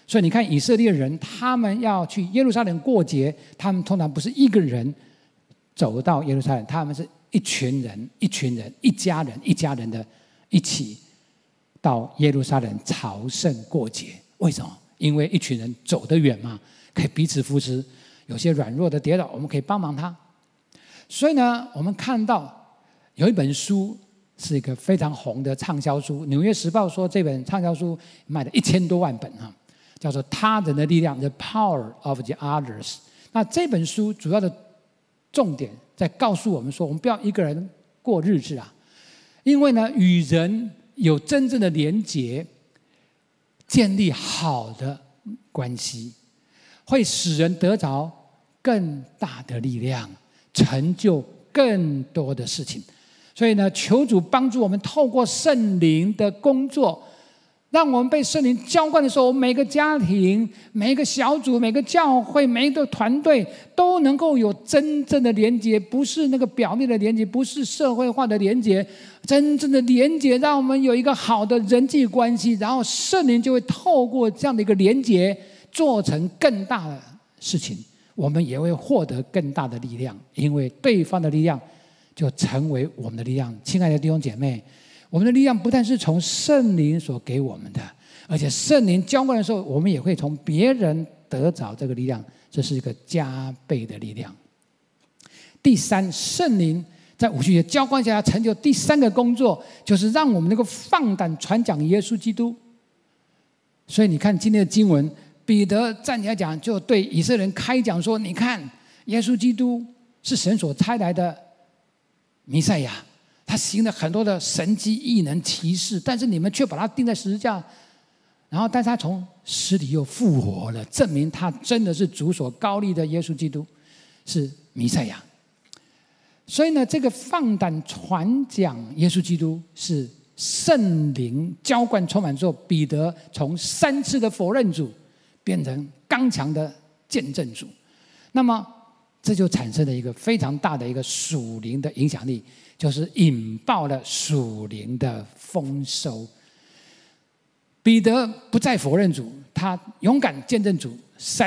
所以你看以色列人，他们要去耶路撒冷过节，他们通常不是一个人走到耶路撒冷，他们是一群人、一群人、一家人、一家人的一起到耶路撒冷朝圣过节。为什么？因为一群人走得远嘛，可以彼此扶持，有些软弱的跌倒，我们可以帮忙他。所以呢，我们看到有一本书是一个非常红的畅销书，《纽约时报》说这本畅销书卖了1000多万本哈，叫做《他人的力量》（The Power of the Others）。那这本书主要的重点在告诉我们说，我们不要一个人过日子啊，因为呢，与人有真正的连结，建立好的关系，会使人得着更大的力量，成就更多的事情。所以呢，求主帮助我们透过圣灵的工作，让我们被圣灵浇灌的时候，每个家庭、每个小组、每个教会、每一个团队都能够有真正的连结，不是那个表面的连结，不是社会化的连结，真正的连结，让我们有一个好的人际关系，然后圣灵就会透过这样的一个连结，做成更大的事情，我们也会获得更大的力量，因为对方的力量就成为我们的力量。亲爱的弟兄姐妹，我们的力量不但是从圣灵所给我们的，而且圣灵浇灌的时候，我们也会从别人得着这个力量，这是一个加倍的力量。第三，圣灵在五旬节浇灌下来成就第三个工作，就是让我们能够放胆传讲耶稣基督。所以你看今天的经文，彼得站起来讲，就对以色列人开讲说：你看，耶稣基督是神所差来的弥赛亚，他行了很多的神迹异能奇事，但是你们却把他钉在十字架，然后但是他从死里又复活了，证明他真的是主所膏立的耶稣基督，是弥赛亚。所以呢，这个放胆传讲耶稣基督是圣灵浇灌充满之后，彼得从3次的否认主变成刚强的见证主。那么这就产生了一个非常大的一个属灵的影响力，就是引爆了属灵的丰收。彼得不再否认主，他勇敢见证主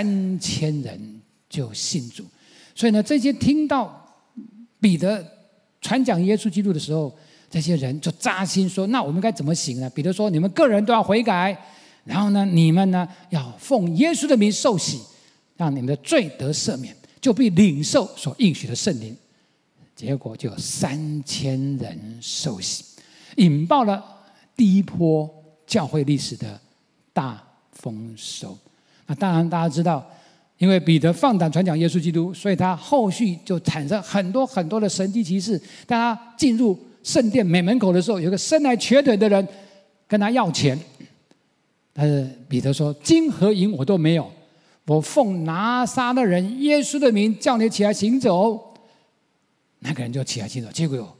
，3000人就信主。所以呢，这些听到彼得传讲耶稣基督的时候，这些人就扎心说：那我们该怎么行呢？彼得说：你们个人都要悔改，然后呢，你们呢要奉耶稣的名受洗，让你们的罪得赦免，就必领受所应许的圣灵。结果就有3000人受洗，引爆了第一波教会历史的大丰收。那当然大家知道，因为彼得放胆传讲耶稣基督，所以他后续就产生很多很多的神迹奇事。当他进入圣殿美门口的时候，有个生来瘸腿的人跟他要钱，但是彼得说：金和银我都没有，我奉拿撒勒人耶稣的名叫你起来行走。那个人就起来行走，结果有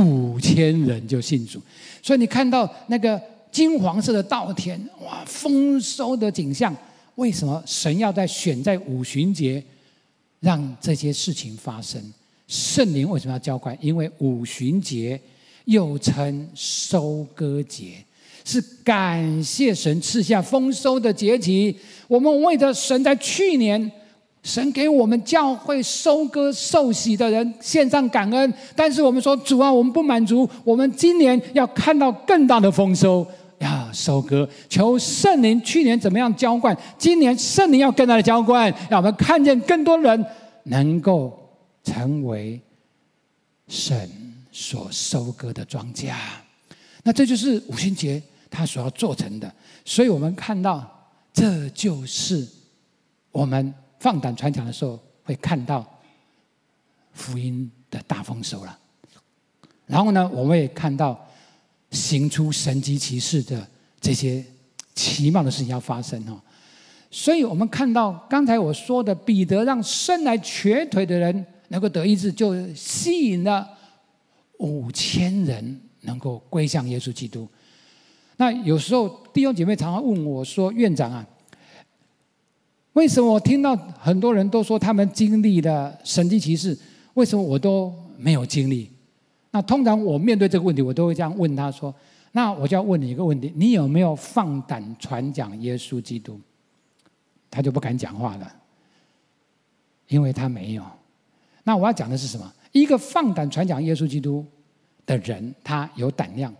5000人就信主。所以你看到那个金黄色的稻田，哇，丰收的景象。为什么神要选在五旬节让这些事情发生？圣灵为什么要浇灌？因为五旬节又称收割节，是感谢神赐下丰收的节期。我们为着神在去年神给我们教会收割受洗的人献上感恩，但是我们说：主啊，我们不满足，我们今年要看到更大的丰收，要收割。求圣灵去年怎么样浇灌，今年圣灵要更大的浇灌，让我们看见更多人能够成为神所收割的庄稼。那这就是五旬节他所要做成的。所以我们看到，这就是我们放胆传讲的时候会看到福音的大丰收了。然后呢，我们也看到行出神迹奇事的这些奇妙的事情要发生。所以我们看到刚才我说的，彼得让生来瘸腿的人能够得医治，就吸引了5000人能够归向耶稣基督。那有时候弟兄姐妹常常问我说：院长啊，为什么我听到很多人都说他们经历了神迹奇事，为什么我都没有经历？那通常我面对这个问题，我都会这样问他说：那我就要问你一个问题，你有没有放胆传讲耶稣基督？ 他就不敢讲话了，因为他没有。那我要讲的是什么？一个放胆传讲耶稣基督的人，他有胆量，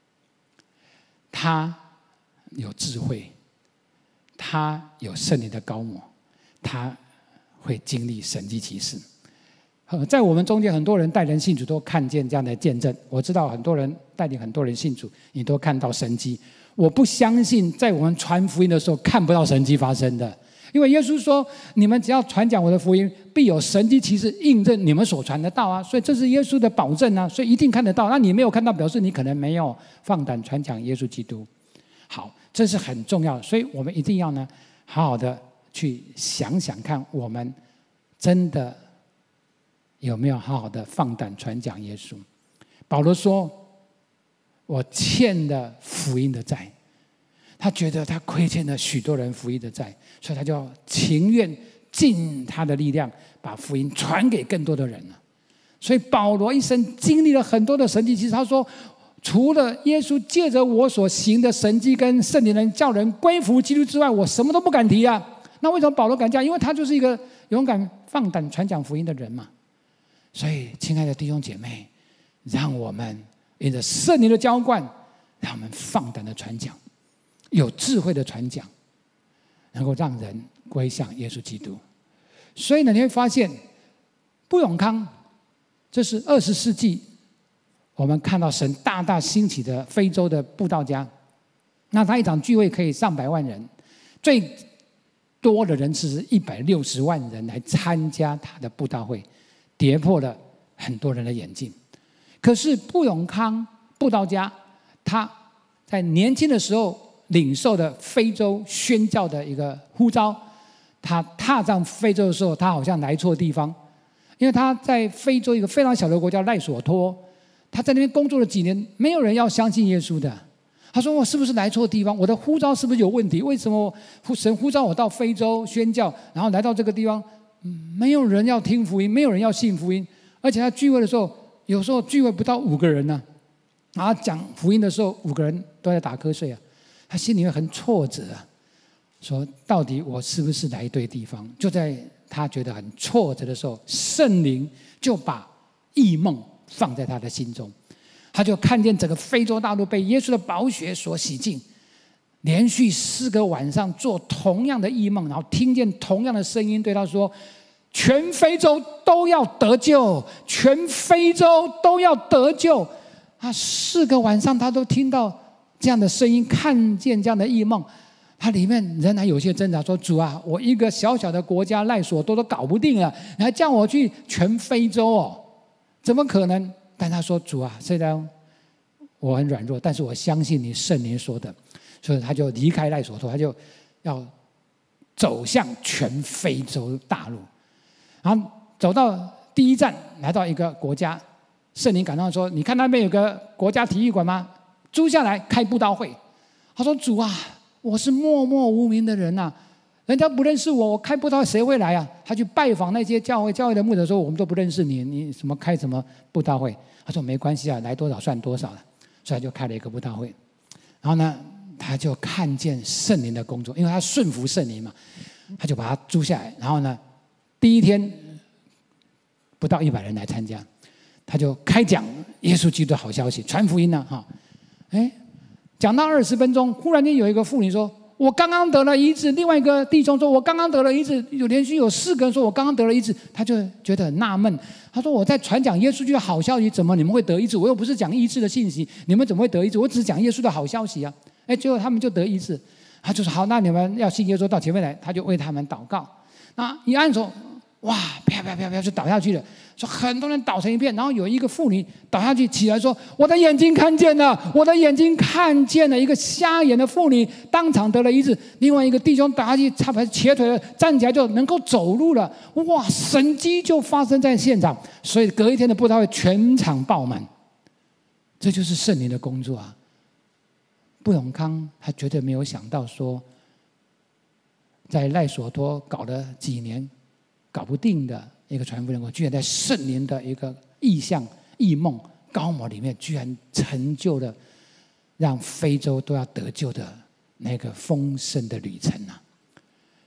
他有智慧，他有圣灵的膏抹，他会经历神迹奇事。在我们中间，很多人带人信主都看见这样的见证。我知道很多人带领很多人信主，你都看到神迹。我不相信在我们传福音的时候看不到神迹发生的，因为耶稣说：“你们只要传讲我的福音，必有神迹奇事印证你们所传的道啊。”所以这是耶稣的保证啊，所以一定看得到。那你没有看到，表示你可能没有放胆传讲耶稣基督。好，这是很重要的，所以我们一定要呢，好好的去想想看，我们真的有没有好好的放胆传讲耶稣？保罗说：“我欠了福音的债。”他觉得他亏欠了许多人福音的债，所以他就情愿尽他的力量，把福音传给更多的人了。所以保罗一生经历了很多的神迹奇事。他说：“除了耶稣借着我所行的神迹跟圣灵人叫人归服基督之外，我什么都不敢提啊。”那为什么保罗敢讲？因为他就是一个勇敢放胆传讲福音的人嘛。所以，亲爱的弟兄姐妹，让我们因着圣灵的浇灌，让我们放胆的传讲，有智慧的传讲，能够让人归向耶稣基督。所以呢，你会发现，布永康，这是20世纪我们看到神大大兴起的非洲的布道家。那他一场聚会可以上百万人，最多的人次是160万人来参加他的布道会，跌破了很多人的眼镜。可是布永康布道家，他在年轻的时候领受的非洲宣教的一个呼召，他踏上非洲的时候，他好像来错地方，因为他在非洲一个非常小的国家赖索托，他在那边工作了几年，没有人要相信耶稣的。他说：“我是不是来错地方？我的呼召是不是有问题？为什么神呼召我到非洲宣教，然后来到这个地方，没有人要听福音，没有人要信福音，而且他聚会的时候，有时候聚会不到5个人呢，然后讲福音的时候，5个人都在打瞌睡啊。他心里面很挫折啊，说到底我是不是来对地方？就在他觉得很挫折的时候，圣灵就把异梦放在他的心中。”他就看见整个非洲大陆被耶稣的宝血所洗净，连续4个晚上做同样的异梦，然后听见同样的声音对他说：“全非洲都要得救，全非洲都要得救。”他4个晚上他都听到这样的声音，看见这样的异梦，他里面仍然有些挣扎，说：“主啊，我一个小小的国家赖索多都搞不定了，你还叫我去全非洲哦？怎么可能？”但他说：“主啊，虽然我很软弱，但是我相信你圣灵说的。”所以他就离开赖索托，他就要走向全非洲大陆。然后走到第一站，来到一个国家，圣灵感动说：“你看那边有个国家体育馆吗？租下来开布道会。”他说：“主啊，我是默默无名的人啊，人家不认识我，我开布道会谁会来啊？”他去拜访那些教会的牧者说：“我们都不认识你，你什么开什么布道会？”他说：“没关系啊，来多少算多少了。”所以他就开了一个布道会。然后呢，他就看见圣灵的工作，因为他顺服圣灵嘛，他就把它租下来。然后呢，第一天不到100人来参加，他就开讲耶稣基督的好消息，传福音呢，哈，讲到20分钟，忽然间有一个妇女说：“我刚刚得了医治。”另外一个弟兄说：“我刚刚得了医治。”连续有4个人说：“我刚刚得了医治。”他就觉得很纳闷，他说：“我在传讲耶稣基督的好消息，怎么你们会得医治？我又不是讲医治的信息，你们怎么会得医治？我只是讲耶稣的好消息啊！”最后他们就得医治。他就说：“好，那你们要信耶稣，到前面来。”他就为他们祷告。那一按手，哇，啪啪啪啪就倒下去了。说很多人倒成一片，然后有一个妇女倒下去起来说：“我的眼睛看见了，我的眼睛看见了。”一个瞎眼的妇女当场得了医治。另外一个弟兄倒下去，差点瘸腿了，站起来就能够走路了。哇，神迹就发生在现场。所以隔一天的布道会全场爆满。这就是圣灵的工作啊！布永康他绝对没有想到说，在赖索托搞了几年搞不定的一个传福音人，居然在圣灵的一个异象、异梦、高摩里面，居然成就了让非洲都要得救的那个丰盛的旅程啊！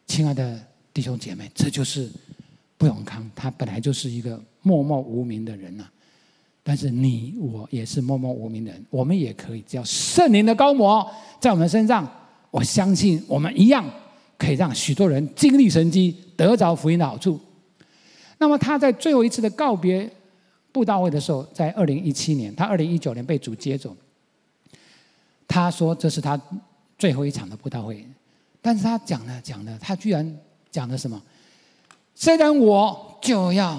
亲爱的弟兄姐妹，这就是布永康，他本来就是一个默默无名的人但是你我也是默默无名的人，我们也可以，只要圣灵的膏抹在我们身上，我相信我们一样可以让许多人经历神迹，得着福音的好处。那么他在最后一次的告别布道会的时候，在2017年，他2019年被主接走，他说这是他最后一场的布道会，但是他讲了，他居然讲了什么？虽然我就要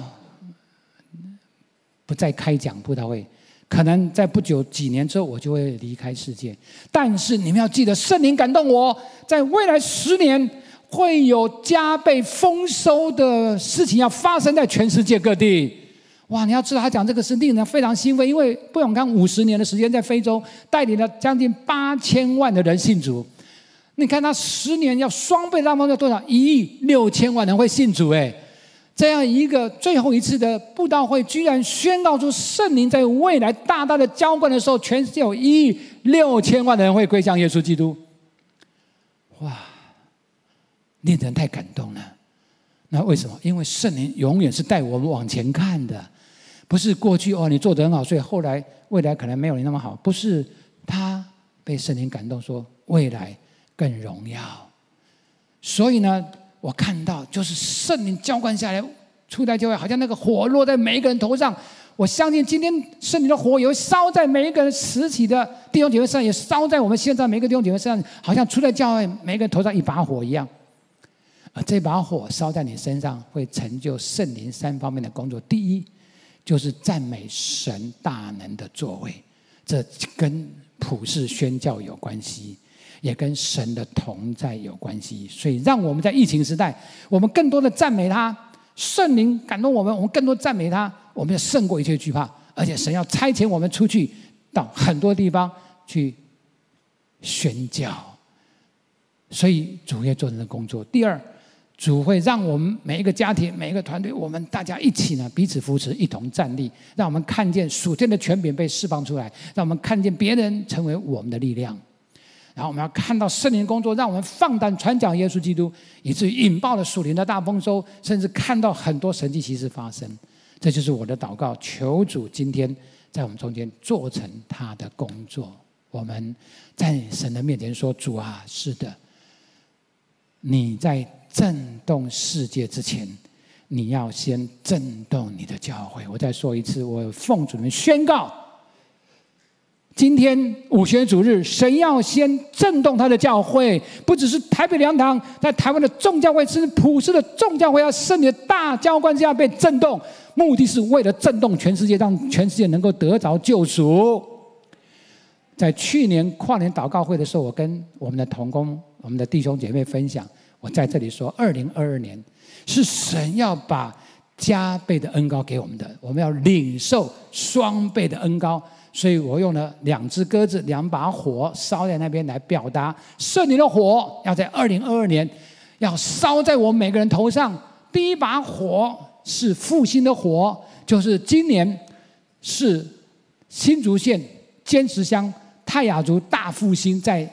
不再开讲布道会，可能在不久几年之后我就会离开世界，但是你们要记得，圣灵感动我，在未来10年会有加倍丰收的事情要发生在全世界各地。哇，你要知道他讲这个是令人非常兴奋，因为布永康50年的时间在非洲带领了将近8000万的人信主。你看他10年要双倍，那么要多少？1亿6千万人会信主这样一个最后一次的布道会，居然宣告出圣灵在未来大大的浇灌的时候，全世界有1亿6千万的人会归向耶稣基督。哇，令人太感动了。那为什么？因为圣灵永远是带我们往前看的，不是过去你做得很好，所以后来未来可能没有你那么好。不是，他被圣灵感动，说未来更荣耀。所以呢，我看到就是圣灵浇灌下来，初代教会好像那个火落在每一个人头上。我相信今天圣灵的火也会烧在每一个人实体的弟兄姐妹身上，也烧在我们现在每一个弟兄姐妹身上，好像初代教会每一个人头上一把火一样。而这把火烧在你身上，会成就圣灵3方面的工作。第一，就是赞美神大能的作为，这跟普世宣教有关系，也跟神的同在有关系。所以让我们在疫情时代，我们更多的赞美他，圣灵感动我们，我们更多赞美他，我们要胜过一切惧怕。而且神要差遣我们出去到很多地方去宣教，所以主会做人的工作。第二，主会让我们每一个家庭、每一个团队，我们大家一起呢，彼此扶持，一同站立，让我们看见属天的权柄被释放出来，让我们看见别人成为我们的力量。然后我们要看到圣灵工作，让我们放胆传讲耶稣基督，以至于引爆了属灵的大丰收，甚至看到很多神迹奇事发生。这就是我的祷告，求主今天在我们中间做成他的工作。我们在神的面前说：主啊，是的，你在震动世界之前，你要先震动你的教会。我再说一次，我奉主名宣告，今天五旬主日，神要先震动他的教会，不只是台北良堂，在台湾的众教会，甚至普世的众教会，要圣灵的大浇灌之下被震动，目的是为了震动全世界，让全世界能够得着救赎。在去年跨年祷告会的时候，我跟我们的同工、我们的弟兄姐妹分享，我在这里说，2022年是神要把加倍的恩膏给我们的，我们要领受双倍的恩膏。所以我用了2只鸽子、2把火烧在那边，来表达圣灵的火要在2022年要烧在我们每个人头上。第一把火是复兴的火，就是今年是新竹县尖石乡泰雅族大复兴，在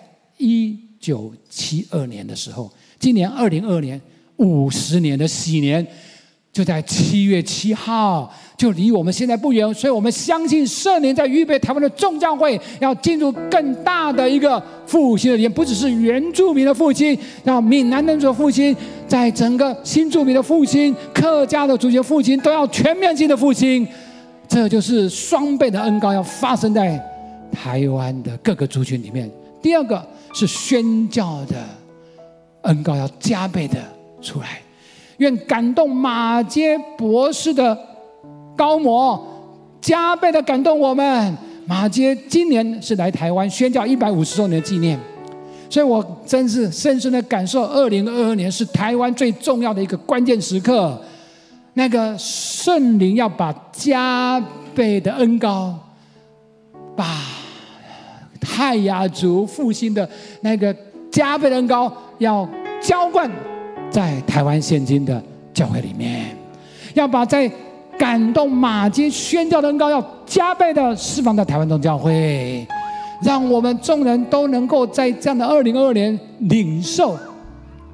1972年的时候，今年2022年50年的喜年，就在7月7号，就离我们现在不远。所以我们相信圣灵在预备台湾的众教会，要进入更大的一个复兴的年，不只是原住民的复兴，让闽南人族的复兴，在整个新住民的复兴、客家的族群复兴，都要全面性的复兴。这就是双倍的恩膏要发生在台湾的各个族群里面。第二个是宣教的恩膏要加倍的出来，愿感动马偕博士的膏抹加倍的感动我们。马偕今年是来台湾宣教150周年的纪念，所以我真是深深的感受2022年是台湾最重要的一个关键时刻。那个圣灵要把加倍的恩膏，把泰雅族复兴的那个加倍的恩膏要浇灌在台湾现今的教会里面，要把在感动马偕宣教的恩膏要加倍的释放在台湾众教会，让我们众人都能够在这样的2022年领受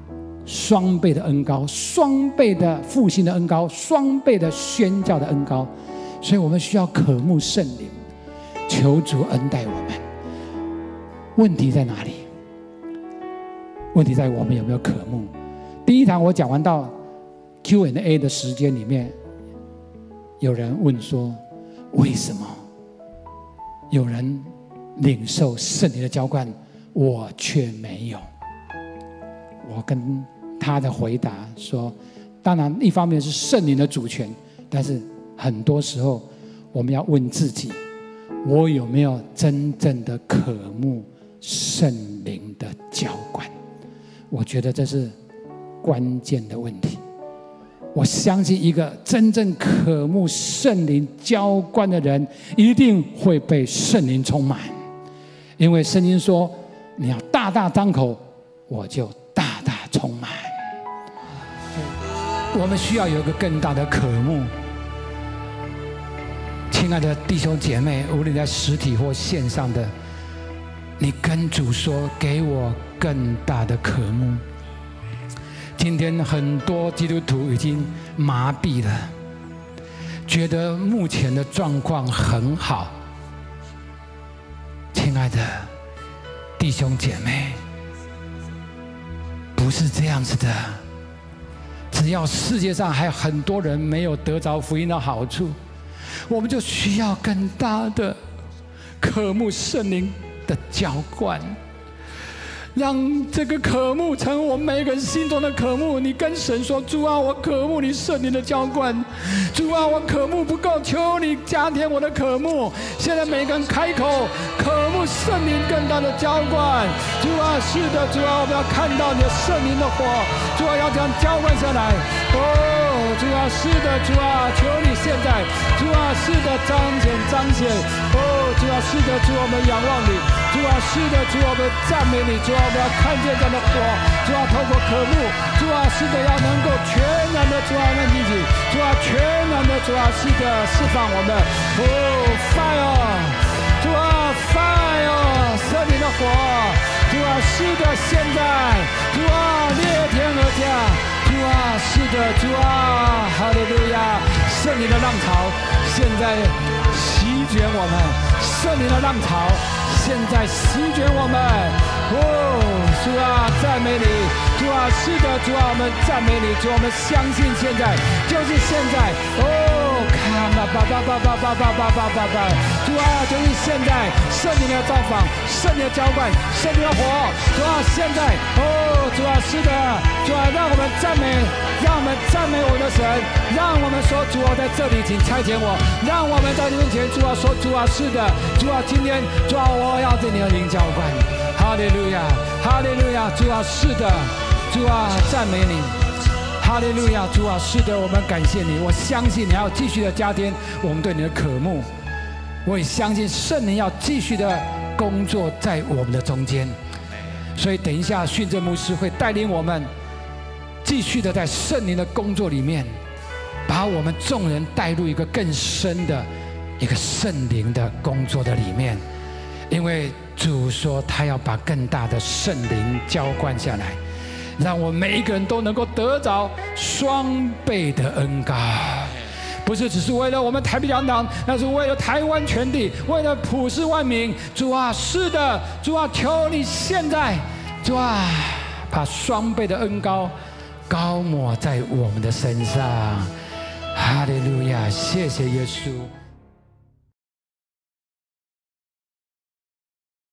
双倍的恩膏，双倍的复兴的恩膏，双倍的宣教的恩膏。所以我们需要渴慕圣灵，求主恩待我们。问题在哪里？问题在我们有没有渴慕？第一堂我讲完到 Q&A 的时间里面，有人问说，为什么有人领受圣灵的浇灌，我却没有？我跟他的回答说，当然一方面是圣灵的主权，但是很多时候我们要问自己，我有没有真正的渴慕圣灵的浇灌？我觉得这是关键的问题。我相信一个真正渴慕圣灵浇灌的人，一定会被圣灵充满，因为圣经说，你要大大张口，我就大大充满。我们需要有一个更大的渴慕。亲爱的弟兄姐妹，无论在实体或线上的，你跟主说，给我更大的渴慕。今天很多基督徒已经麻痹了，觉得目前的状况很好。亲爱的弟兄姐妹，不是这样子的。只要世界上还有很多人没有得着福音的好处，我们就需要更大的渴慕圣灵的浇灌。让这个渴慕成为我们每一个人心中的渴慕。你跟神说，主啊，我渴慕你圣灵的浇灌。主啊，我渴慕不够，求你加添我的渴慕。现在每个人开口，渴慕圣灵更大的浇灌。主啊，是的，主啊，我们要看到你的圣灵的火。主啊，要这样浇灌下来。主啊，是的，主啊，求你现在，主啊，是的，彰显。主啊，是的，主，我们仰望你。主啊，是的，主，我们赞美你。主啊，我们要看见这样的火。主啊，透过渴慕，主啊，是的，要能够全然的，主啊，让自己，主啊，全然的，主啊，是的，释放我们。fire， 主啊 ，fire， 圣灵的火。主啊，是的，现在，主啊，裂天而降。主啊，是的，主啊，哈利路亚！圣灵的浪潮现在席卷我们，圣灵的浪潮现在席卷我们。主啊，赞美你！主啊，是的，主啊，我们赞美你！主，我们相信现在就是现在。看吧，主啊，就是现在，圣灵的造访，圣灵的浇灌，圣灵的火。主啊，现在，主啊，是的，主啊，让我们赞美，让我们赞美我们的神，让我们说，主啊，在这里，请差遣我，让我们在你面前，主啊，说，主啊，是的，主啊，今天，主啊，我要对你的灵浇灌。哈利路亚，哈利路亚，主啊，是的，主啊，赞美你。哈利路亚，主啊，是的，我们感谢你。我相信你要继续的加添我们对你的渴慕。我也相信圣灵要继续的工作在我们的中间。所以等一下，训正牧师会带领我们继续的在圣灵的工作里面，把我们众人带入一个更深的一个圣灵的工作的里面。因为主说他要把更大的圣灵浇灌下来，让我们每一个人都能够得着双倍的恩膏。不是只是为了我们台北两党，那是为了台湾全地，为了普世万民。主啊，是的，主啊，求你现在，主啊，把双倍的恩膏膏抹在我们的身上。哈利路亚，谢谢耶稣。